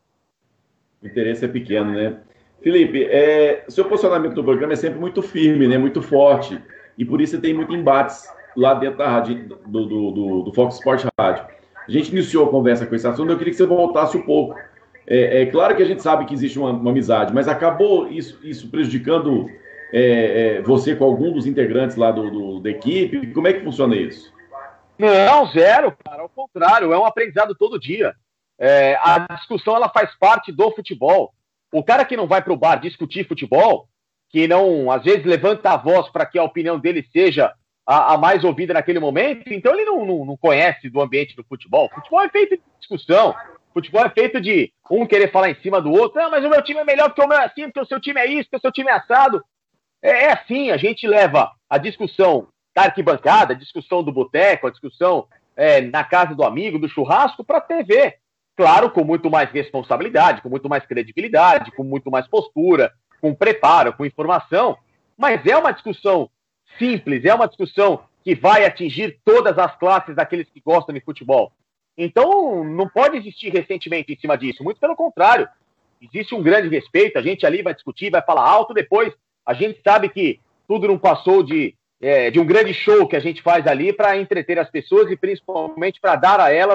A: O interesse é pequeno, né? Felipe, é, seu posicionamento no programa é sempre muito firme, né? Muito forte, e por isso você tem muitos embates lá dentro da rádio, do, do, do, do Fox Sport Rádio. A gente iniciou a conversa com esse assunto, eu queria que você voltasse um pouco. É, é claro que a gente sabe que existe uma, uma amizade, mas acabou isso, isso prejudicando é, é, você com algum dos integrantes lá do, do, da equipe? Como é que funciona isso?
G: Não, zero, cara, ao contrário, é um aprendizado todo dia. É, a discussão, ela faz parte do futebol. O cara que não vai para o bar discutir futebol, que não, às vezes, levanta a voz para que a opinião dele seja a, a mais ouvida naquele momento, então ele não, não, não conhece do ambiente do futebol. Futebol é feito de discussão. Futebol é feito de um querer falar em cima do outro. Ah, mas o meu time é melhor que o meu é assim, porque o seu time é isso, porque o seu time é assado. É, é assim, a gente leva a discussão da arquibancada, a discussão do boteco, a discussão é, na casa do amigo, do churrasco, para a T V. Claro, com muito mais responsabilidade, com muito mais credibilidade, com muito mais postura, com preparo, com informação. Mas é uma discussão simples, é uma discussão que vai atingir todas as classes daqueles que gostam de futebol. Então, não pode existir ressentimento em cima disso. Muito pelo contrário. Existe um grande respeito. A gente ali vai discutir, vai falar alto. Depois, a gente sabe que tudo não passou de, é, de um grande show que a gente faz ali para entreter as pessoas e principalmente para dar a elas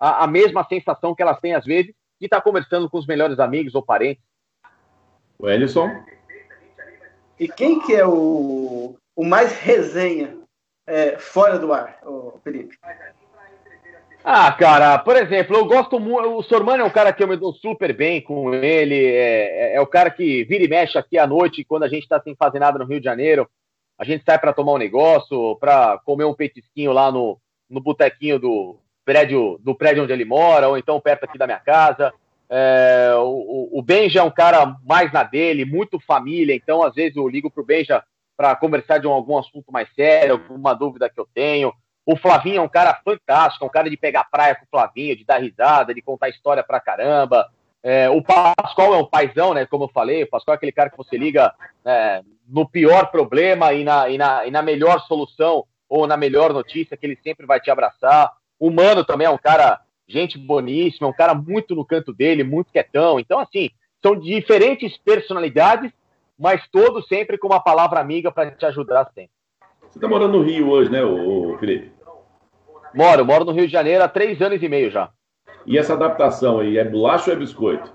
G: a, a mesma sensação que elas têm às vezes de estar conversando com os melhores amigos ou parentes.
A: O Ellison?
I: E quem que é o, o mais resenha é, fora do ar, o Felipe?
G: Ah, cara, por exemplo, eu gosto muito. O Sormani é um cara que eu me dou super bem com ele. É, é, é o cara que vira e mexe aqui à noite, quando a gente tá sem fazer nada no Rio de Janeiro. A gente sai para tomar um negócio, para comer um petisquinho lá no, no botequinho do prédio, do prédio onde ele mora, ou então perto aqui da minha casa. É, o, o Benja é um cara mais na dele, muito família, então às vezes eu ligo pro Benja para conversar de um, algum assunto mais sério, alguma dúvida que eu tenho. O Flavinho é um cara fantástico, é um cara de pegar praia com o Flavinho, de dar risada, de contar história pra caramba. É, o Pascoal é um paizão, né? Como eu falei, o Pascoal é aquele cara que você liga é, no pior problema e na, e, na, e na melhor solução ou na melhor notícia, que ele sempre vai te abraçar. O Mano também é um cara, gente boníssima, é um cara muito no canto dele, muito quietão. Então, assim, são diferentes personalidades, mas todos sempre com uma palavra amiga para te ajudar sempre.
A: Você tá morando no Rio hoje, né, ô, ô, Felipe?
G: Moro, moro no Rio de Janeiro há três anos e meio já.
A: E essa adaptação aí, é bolacha ou é biscoito?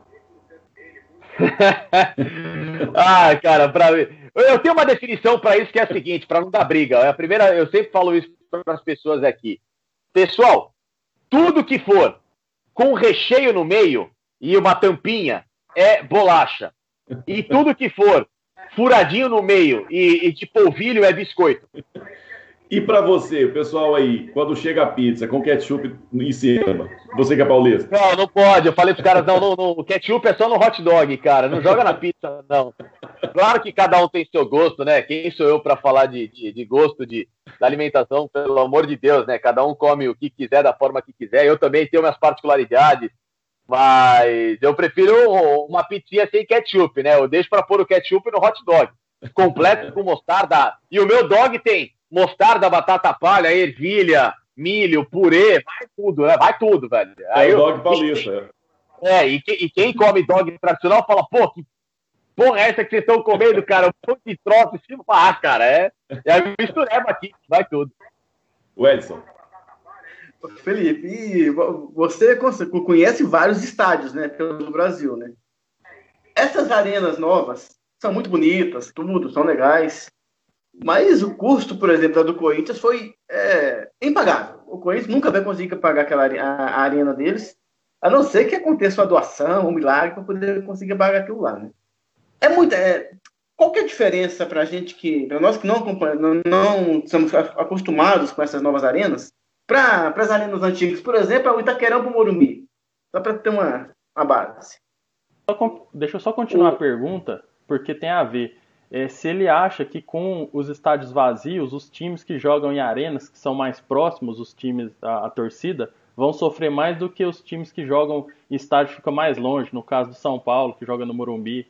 G: Ah, cara, pra... eu tenho uma definição para isso que é a seguinte, para não dar briga. É a primeira, eu sempre falo isso para as pessoas aqui. Pessoal, tudo que for com recheio no meio e uma tampinha é bolacha. E tudo que for furadinho no meio e, e de polvilho é biscoito.
A: E pra você, o pessoal aí, quando chega a pizza com ketchup em cima, você que é paulista?
G: Não, não pode. Eu falei pros caras, não, não, não, o ketchup é só no hot dog, cara. Não joga na pizza, não. Claro que cada um tem seu gosto, né? Quem sou eu pra falar de, de, de gosto de, da alimentação, pelo amor de Deus, né? Cada um come o que quiser, da forma que quiser. Eu também tenho minhas particularidades, mas eu prefiro uma pizzinha sem ketchup, né? Eu deixo pra pôr o ketchup no hot dog. Completo com mostarda. E o meu dog tem mostarda, batata palha, ervilha, milho, purê, vai tudo, né? Vai tudo, velho. Aí
A: é o
G: eu,
A: dog paulista.
G: E, é, e, que, e quem come dog tradicional fala, pô, que porra é essa que vocês estão comendo, cara? Um monte de troço, tipo, ah, cara, é, é a mistureba aqui, vai tudo.
A: O Edson.
I: Felipe, e você conhece vários estádios, né, pelo Brasil, né? Essas arenas novas são muito bonitas, tudo, são legais. Mas o custo, por exemplo, da do Corinthians foi é, impagável. O Corinthians nunca vai conseguir pagar aquela a, a arena deles, a não ser que aconteça uma doação, um milagre, para poder conseguir pagar aquilo lá, né? É muito. É, qual que é a diferença para a gente que, para nós que não, não, não estamos acostumados com essas novas arenas, para as arenas antigas, por exemplo, o Itaquerão para o Morumbi, só para ter uma, uma base.
H: Deixa eu só continuar
I: o...
H: a pergunta, porque tem a ver. É, se ele acha que com os estádios vazios, os times que jogam em arenas, que são mais próximos, os times, a, a torcida, vão sofrer mais do que os times que jogam em estádio que fica mais longe, no caso do São Paulo, que joga no Morumbi.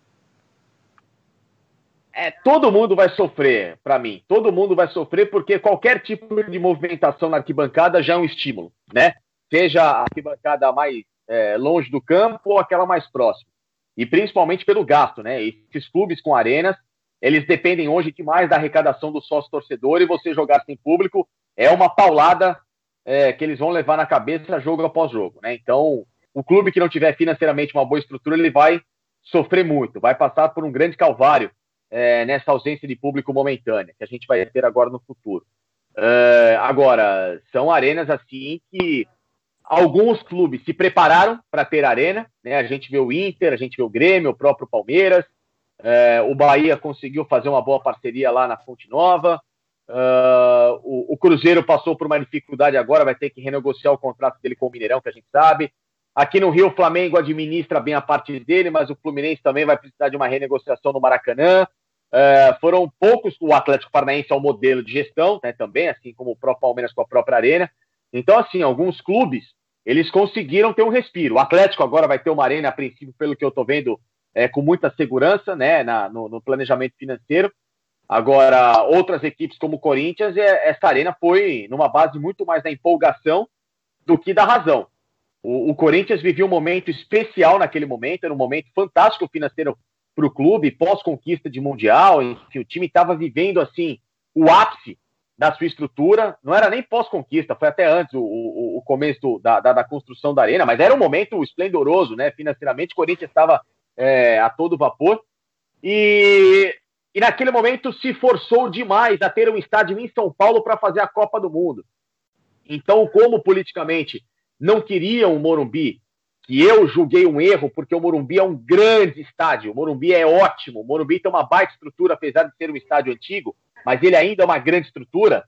G: É, todo mundo vai sofrer, para mim. Todo mundo vai sofrer porque qualquer tipo de movimentação na arquibancada já é um estímulo, né? Seja a arquibancada mais é, longe do campo ou aquela mais próxima. E principalmente pelo gasto, né? Esses clubes com arenas, eles dependem hoje demais da arrecadação do sócio-torcedor e você jogar sem público é uma paulada é, que eles vão levar na cabeça jogo após jogo, né? Então, o clube que não tiver financeiramente uma boa estrutura, ele vai sofrer muito, vai passar por um grande calvário é, nessa ausência de público momentânea, que a gente vai ter agora no futuro. É, agora, são arenas assim que alguns clubes se prepararam para ter arena, né? A gente vê o Inter, a gente vê o Grêmio, o próprio Palmeiras, é, o Bahia conseguiu fazer uma boa parceria lá na Fonte Nova, uh, o, o Cruzeiro passou por uma dificuldade agora, vai ter que renegociar o contrato dele com o Mineirão, que a gente sabe. Aqui no Rio, o Flamengo administra bem a parte dele, mas o Fluminense também vai precisar de uma renegociação no Maracanã. Uh, foram poucos, o Atlético Paranaense é um modelo de gestão, né, também, assim como o próprio Palmeiras com a própria arena. Então, assim, alguns clubes eles conseguiram ter um respiro. O Atlético agora vai ter uma arena, a princípio, pelo que eu estou vendo, é, com muita segurança, né, na, no, no planejamento financeiro. Agora, outras equipes como o Corinthians, é, essa arena foi numa base muito mais da empolgação do que da razão. O, o Corinthians vivia um momento especial naquele momento, era um momento fantástico financeiro para o clube, pós-conquista de Mundial, enfim, o time estava vivendo, assim, o ápice da sua estrutura, não era nem pós-conquista, foi até antes o, o, o começo do, da, da, da construção da arena, mas era um momento esplendoroso, né? Financeiramente, o Corinthians estava é, a todo vapor, e, e naquele momento se forçou demais a ter um estádio em São Paulo para fazer a Copa do Mundo. Então, como politicamente não queriam o Morumbi, que eu julguei um erro, porque o Morumbi é um grande estádio, o Morumbi é ótimo, o Morumbi tem uma baita estrutura, apesar de ser um estádio antigo, mas ele ainda é uma grande estrutura,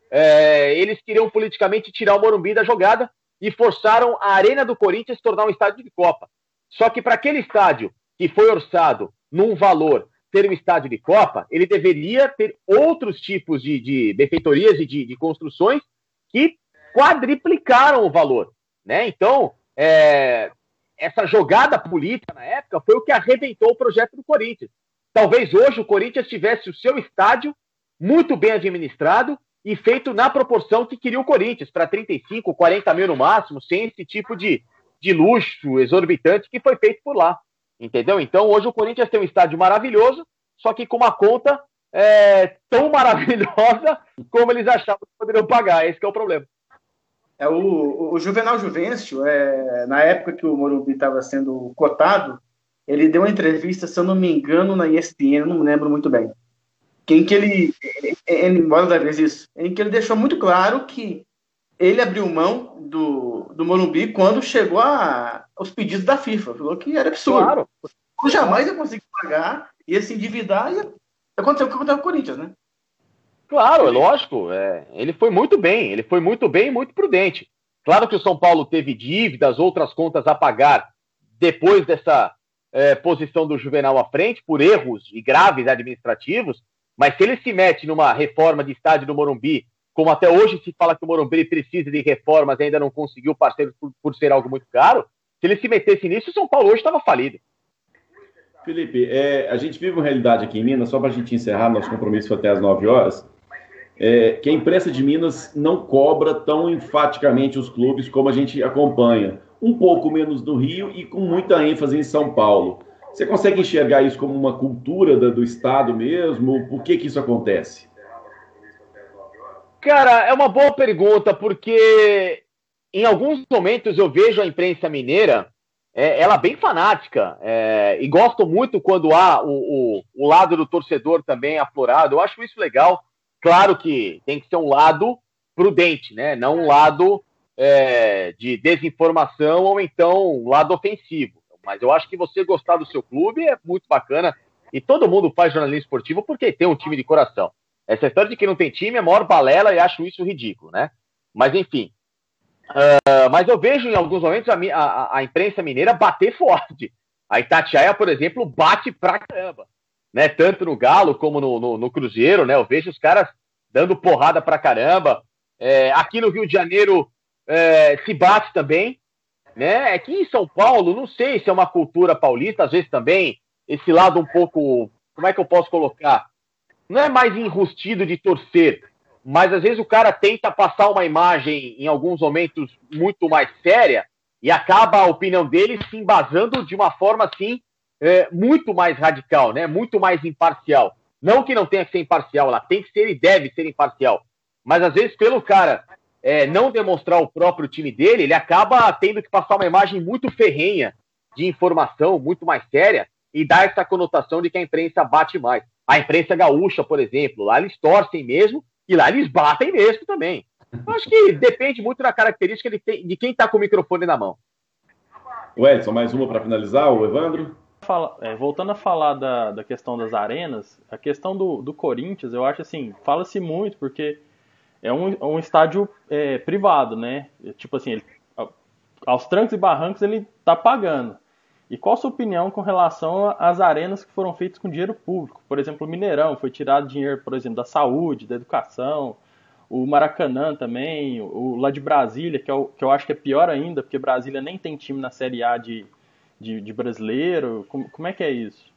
G: é, eles queriam politicamente tirar o Morumbi da jogada e forçaram a Arena do Corinthians se tornar um estádio de Copa. Só que para aquele estádio que foi orçado num valor ter um estádio de Copa, ele deveria ter outros tipos de, de benfeitorias e de, de construções que quadriplicaram o valor, né? Então, é, essa jogada política na época foi o que arrebentou o projeto do Corinthians. Talvez hoje o Corinthians tivesse o seu estádio muito bem administrado e feito na proporção que queria o Corinthians, para trinta e cinco, quarenta mil no máximo, sem esse tipo de, de luxo exorbitante que foi feito por lá, entendeu? Então hoje o Corinthians tem um estádio maravilhoso, só que com uma conta é, tão maravilhosa como eles achavam que poderiam pagar. Esse que é o problema.
I: É, o, o Juvenal Juvencio, é, na época que o Morumbi estava sendo cotado, ele deu uma entrevista, se eu não me engano, na E S P N, eu não me lembro muito bem, em que ele, ele embora da vez isso, em que ele deixou muito claro que ele abriu mão do, do Morumbi quando chegou a, aos pedidos da FIFA, falou que era absurdo.
G: Claro.
I: Eu jamais ia conseguir pagar, ia se endividar, e aconteceu o que aconteceu com o Corinthians, né?
G: Claro, é lógico. É, ele foi muito bem, ele foi muito bem e muito prudente. Claro que o São Paulo teve dívidas, outras contas a pagar depois dessa é, posição do Juvenal à frente, por erros e graves administrativos, mas se ele se mete numa reforma de estádio do Morumbi, como até hoje se fala que o Morumbi precisa de reformas e ainda não conseguiu parceiro por, por ser algo muito caro, se ele se metesse nisso, o São Paulo hoje estava falido.
A: Felipe, é, a gente vive uma realidade aqui em Minas, só para a gente encerrar, nosso compromisso foi até às nove horas, é, que a imprensa de Minas não cobra tão enfaticamente os clubes como a gente acompanha. Um pouco menos no Rio e com muita ênfase em São Paulo. Você consegue enxergar isso como uma cultura do, do Estado mesmo? Por que que isso acontece?
G: Cara, é uma boa pergunta, porque em alguns momentos eu vejo a imprensa mineira, é, ela bem fanática, é, e gosto muito quando há o, o, o lado do torcedor também aflorado. Eu acho isso legal. Claro que tem que ser um lado prudente, né? Não um lado é, de desinformação ou então um lado ofensivo. Mas eu acho que você gostar do seu clube é muito bacana. E todo mundo faz jornalismo esportivo porque tem um time de coração. Essa história de que não tem time é a maior balela e acho isso ridículo, né? Mas enfim. Uh, mas eu vejo em alguns momentos a, a, a imprensa mineira bater forte. A Itatiaia, por exemplo, bate pra caramba. Né? Tanto no Galo como no, no, no Cruzeiro, né? Eu vejo os caras dando porrada pra caramba. É, aqui no Rio de Janeiro é, se bate também. Né? Aqui em São Paulo, não sei se é uma cultura paulista, às vezes também, esse lado um pouco, como é que eu posso colocar? Não é mais enrustido de torcer, mas às vezes o cara tenta passar uma imagem em alguns momentos muito mais séria e acaba a opinião dele se embasando de uma forma assim, é, muito mais radical, né? Muito mais imparcial. Não que não tenha que ser imparcial, ela tem que ser e deve ser imparcial, mas às vezes pelo cara É, não demonstrar o próprio time dele, ele acaba tendo que passar uma imagem muito ferrenha de informação, muito mais séria, e dar essa conotação de que a imprensa bate mais. A imprensa gaúcha, por exemplo, lá eles torcem mesmo, e lá eles batem mesmo também. Eu acho que depende muito da característica de, de quem está com o microfone na mão.
A: O Edson, mais uma para finalizar, o Evandro?
H: Fala, é, voltando a falar da, da questão das arenas, a questão do, do Corinthians, eu acho assim, fala-se muito, porque é um, um estádio é, privado, né? Tipo assim, ele, aos trancos e barrancos ele tá pagando. E qual a sua opinião com relação às arenas que foram feitas com dinheiro público? Por exemplo, o Mineirão foi tirado dinheiro, por exemplo, da saúde, da educação. O Maracanã também, o lá de Brasília, que, é o, que eu acho que é pior ainda, porque Brasília nem tem time na Série A de, de, de brasileiro. Como, como é que é isso?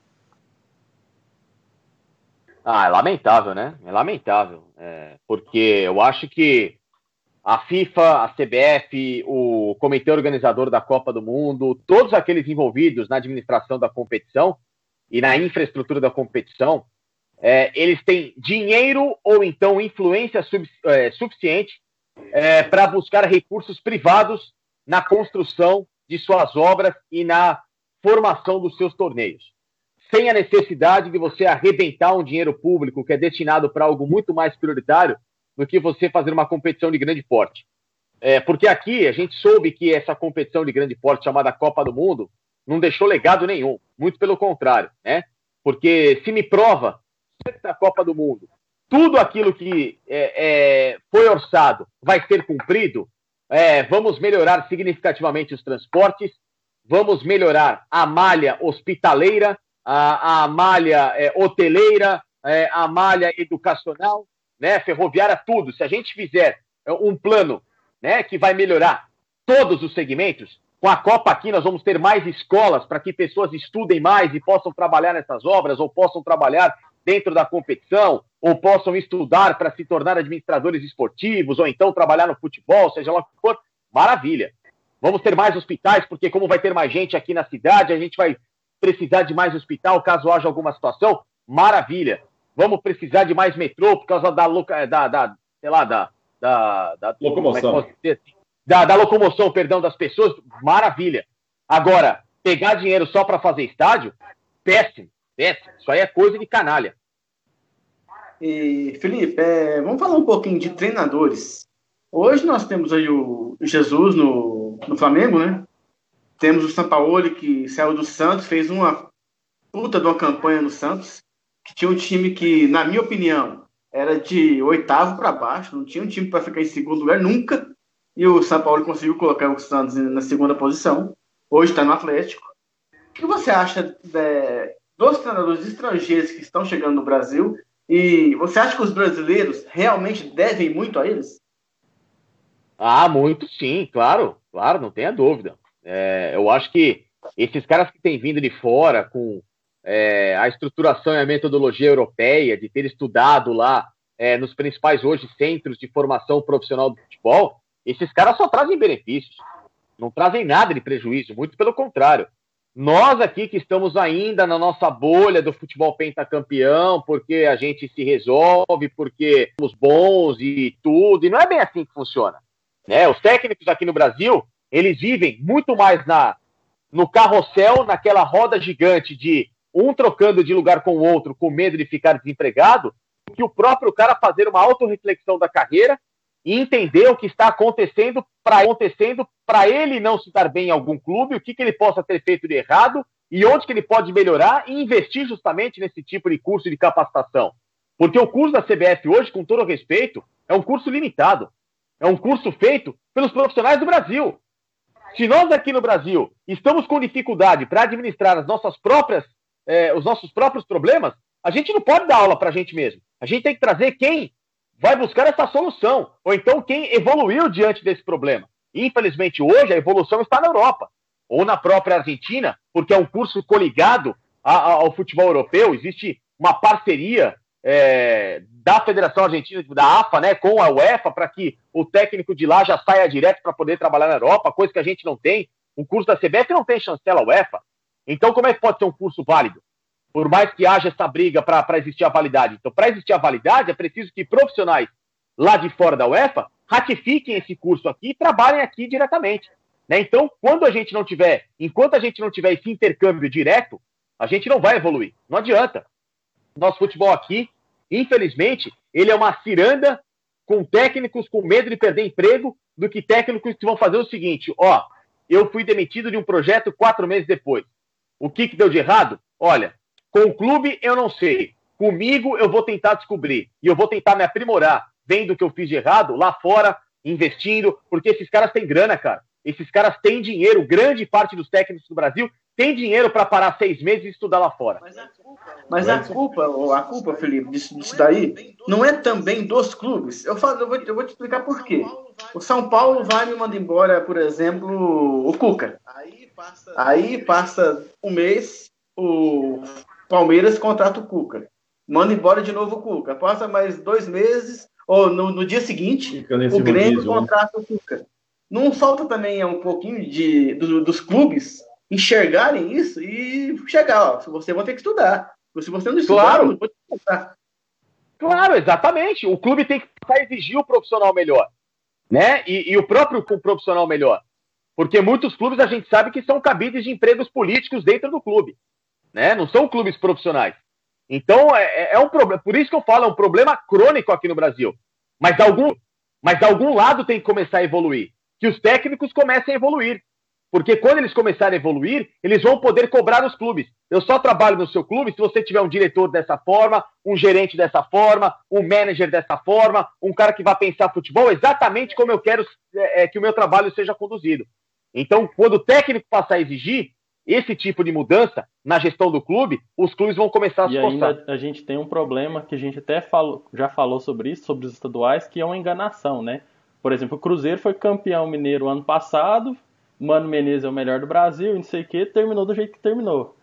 G: Ah, é lamentável, né? É lamentável. É, porque eu acho que a FIFA, a C B F, o comitê organizador da Copa do Mundo, todos aqueles envolvidos na administração da competição e na infraestrutura da competição, é, eles têm dinheiro ou então influência sub, é, suficiente é, para buscar recursos privados na construção de suas obras e na formação dos seus torneios, sem a necessidade de você arrebentar um dinheiro público que é destinado para algo muito mais prioritário do que você fazer uma competição de grande porte. É, porque aqui a gente soube que essa competição de grande porte chamada Copa do Mundo não deixou legado nenhum, muito pelo contrário, né? Porque se me prova na Copa do Mundo tudo aquilo que é, é, foi orçado vai ser cumprido, é, vamos melhorar significativamente os transportes, vamos melhorar a malha hospitaleira, a, a malha é, hoteleira, é, a malha educacional, né, ferroviária, tudo. Se a gente fizer um plano, né, que vai melhorar todos os segmentos, com a Copa aqui nós vamos ter mais escolas para que pessoas estudem mais e possam trabalhar nessas obras, ou possam trabalhar dentro da competição, ou possam estudar para se tornar administradores esportivos, ou então trabalhar no futebol, seja lá o que for. Maravilha. Vamos ter mais hospitais, porque como vai ter mais gente aqui na cidade, a gente vai precisar de mais hospital caso haja alguma situação. Maravilha. Vamos precisar de mais metrô por causa da, da, da sei lá, da, da, da
A: locomoção.
G: É da, da locomoção, perdão, das pessoas. Maravilha. Agora, pegar dinheiro só para fazer estádio, péssimo, péssimo. Isso aí é coisa de canalha.
I: E, Felipe, é, vamos falar um pouquinho de treinadores. Hoje nós temos aí o Jesus no, no Flamengo, né? Temos o Sampaoli, que saiu do Santos, fez uma puta de uma campanha no Santos, que tinha um time que, na minha opinião, era de oitavo para baixo, não tinha um time para ficar em segundo lugar nunca, e o Sampaoli conseguiu colocar o Santos na segunda posição. Hoje está no Atlético. O que você acha de, dos treinadores estrangeiros que estão chegando no Brasil? E você acha que os brasileiros realmente devem muito a eles?
G: Ah, muito sim, claro, claro, não tenha dúvida. É, eu acho que esses caras que têm vindo de fora com é, a estruturação e a metodologia europeia, de ter estudado lá é, nos principais hoje centros de formação profissional do futebol, esses caras só trazem benefícios, não trazem nada de prejuízo, muito pelo contrário. Nós aqui que estamos ainda na nossa bolha do futebol pentacampeão, porque a gente se resolve, porque somos bons e tudo, e não é bem assim que funciona. Né? Os técnicos aqui no Brasil, eles vivem muito mais na, no carrossel, naquela roda gigante de um trocando de lugar com o outro com medo de ficar desempregado, que o próprio cara fazer uma autorreflexão da carreira e entender o que está acontecendo para acontecendo para ele não se dar bem em algum clube, o que, que ele possa ter feito de errado e onde que ele pode melhorar e investir justamente nesse tipo de curso de capacitação. Porque o curso da C B F hoje, com todo o respeito, é um curso limitado. É um curso feito pelos profissionais do Brasil. Se nós aqui no Brasil estamos com dificuldade para administrar as nossas próprias, eh, os nossos próprios problemas, a gente não pode dar aula para a gente mesmo. A gente tem que trazer quem vai buscar essa solução, ou então quem evoluiu diante desse problema. Infelizmente, hoje, a evolução está na Europa, ou na própria Argentina, porque é um curso coligado a, a, ao futebol europeu. Existe uma parceria é, da Federação Argentina, da A F A, né, com a UEFA, para que o técnico de lá já saia direto para poder trabalhar na Europa, coisa que a gente não tem. O curso da C B F não tem chancela UEFA. Então, como é que pode ser um curso válido? Por mais que haja essa briga para existir a validade. Então, para existir a validade, é preciso que profissionais lá de fora da UEFA ratifiquem esse curso aqui e trabalhem aqui diretamente. Né? Então, quando a gente não tiver, enquanto a gente não tiver esse intercâmbio direto, a gente não vai evoluir. Não adianta. Nosso futebol aqui, infelizmente, ele é uma ciranda com técnicos com medo de perder emprego do que técnicos que vão fazer o seguinte: ó, eu fui demitido de um projeto quatro meses depois. O que, que deu de errado? Olha, com o clube eu não sei. Comigo eu vou tentar descobrir. E eu vou tentar me aprimorar, vendo o que eu fiz de errado lá fora, investindo, porque esses caras têm grana, cara. Esses caras têm dinheiro. Grande parte dos técnicos do Brasil tem dinheiro para parar seis meses e estudar lá fora.
I: Mas a culpa, Mas a culpa, a culpa, Felipe, disso, disso daí, não é também dos clubes. Eu, falo, eu, vou, eu vou te explicar por quê. O São Paulo vai me mandar embora, por exemplo, o Cuca. Aí passa um mês, o Palmeiras contrata o Cuca. Manda embora de novo o Cuca. Passa mais dois meses, ou no, no dia seguinte, o Grêmio rodízio, contrata né? o Cuca. Não falta também um pouquinho de, do, dos clubes enxergarem isso e chegar, ó, você vai ter que estudar. Se você não estudar,
G: Claro.
I: não pode comprar.
G: Claro, exatamente. O clube tem que passar a exigir o profissional melhor, né? E, e o próprio profissional melhor. Porque muitos clubes a gente sabe que são cabides de empregos políticos dentro do clube, né? Não são clubes profissionais. Então, é, é um problema. Por isso que eu falo, é um problema crônico aqui no Brasil. Mas algum, mas algum lado tem que começar a evoluir. Que os técnicos comecem a evoluir. Porque quando eles começarem a evoluir, eles vão poder cobrar os clubes. Eu só trabalho no seu clube se você tiver um diretor dessa forma, um gerente dessa forma, um manager dessa forma, um cara que vai pensar futebol exatamente como eu quero é, que o meu trabalho seja conduzido. Então, quando o técnico passar a exigir esse tipo de mudança na gestão do clube, os clubes vão começar a se
H: E
G: esforçar.
H: ainda a gente tem um problema que a gente até falou, já falou sobre isso, sobre os estaduais, que é uma enganação, né? Por exemplo, o Cruzeiro foi campeão mineiro ano passado, o Mano Menezes é o melhor do Brasil, e não sei o que, terminou do jeito que terminou.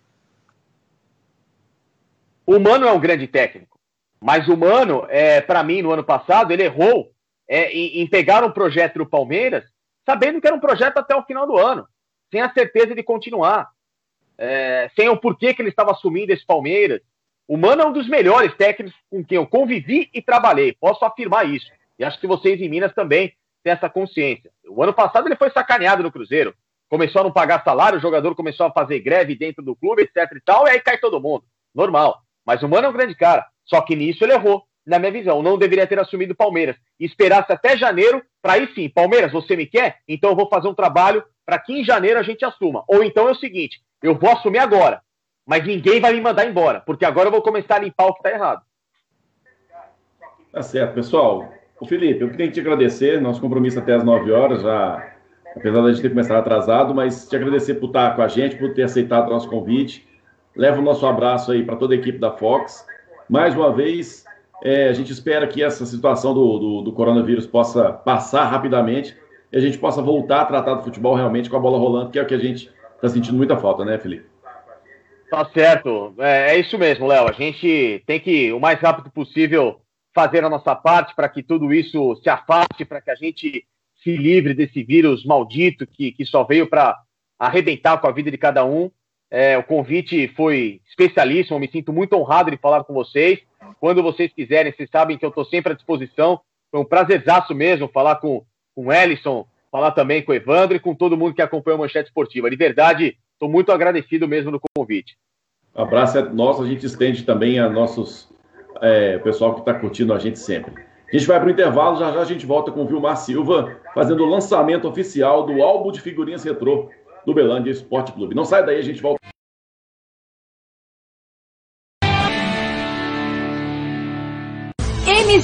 G: O Mano é um grande técnico, mas o Mano, é, para mim, no ano passado, ele errou é, em, em pegar um projeto do Palmeiras, sabendo que era um projeto até o final do ano, sem a certeza de continuar, é, sem o porquê que ele estava assumindo esse Palmeiras. O Mano é um dos melhores técnicos com quem eu convivi e trabalhei, posso afirmar isso. E acho que vocês em Minas também têm essa consciência. O ano passado ele foi sacaneado no Cruzeiro, começou a não pagar salário, o jogador começou a fazer greve dentro do clube, etc e tal, e aí cai todo mundo, normal. Mas o Mano é um grande cara, só que nisso ele errou, na minha visão. Não deveria ter assumido o Palmeiras. E esperasse até janeiro, para aí sim, Palmeiras, você me quer? Então eu vou fazer um trabalho para que em janeiro a gente assuma. Ou então é o seguinte, eu vou assumir agora, mas ninguém vai me mandar embora, porque agora eu vou começar a limpar o que está errado.
A: Tá certo, pessoal. Ô Felipe, eu queria te agradecer, nosso compromisso até às nove horas, já, apesar da gente ter começado atrasado, mas te agradecer por estar com a gente, por ter aceitado o nosso convite. Leva o nosso abraço aí para toda a equipe da Fox. Mais uma vez, é, a gente espera que essa situação do, do, do coronavírus possa passar rapidamente e a gente possa voltar a tratar do futebol realmente com a bola rolando, que é o que a gente está sentindo muita falta, né, Felipe?
G: Tá certo. É, é isso mesmo, Léo. A gente tem que, o mais rápido possível, fazer a nossa parte para que tudo isso se afaste, para que a gente se livre desse vírus maldito que, que só veio para arrebentar com a vida de cada um. É, o convite foi especialíssimo, eu me sinto muito honrado de falar com vocês. Quando vocês quiserem, vocês sabem que eu estou sempre à disposição. Foi um prazerzaço mesmo falar com, com o Ellison, falar também com o Evandro e com todo mundo que acompanha a Manchete Esportiva. De verdade, estou muito agradecido mesmo no convite.
A: Um abraço é nosso, a gente estende também a nossos é, pessoal que está curtindo a gente sempre. A gente vai para o intervalo, já já a gente volta com o Vilmar Silva fazendo o lançamento oficial do álbum de figurinhas retrô do Belândia Esporte Clube. Não sai daí, a gente volta.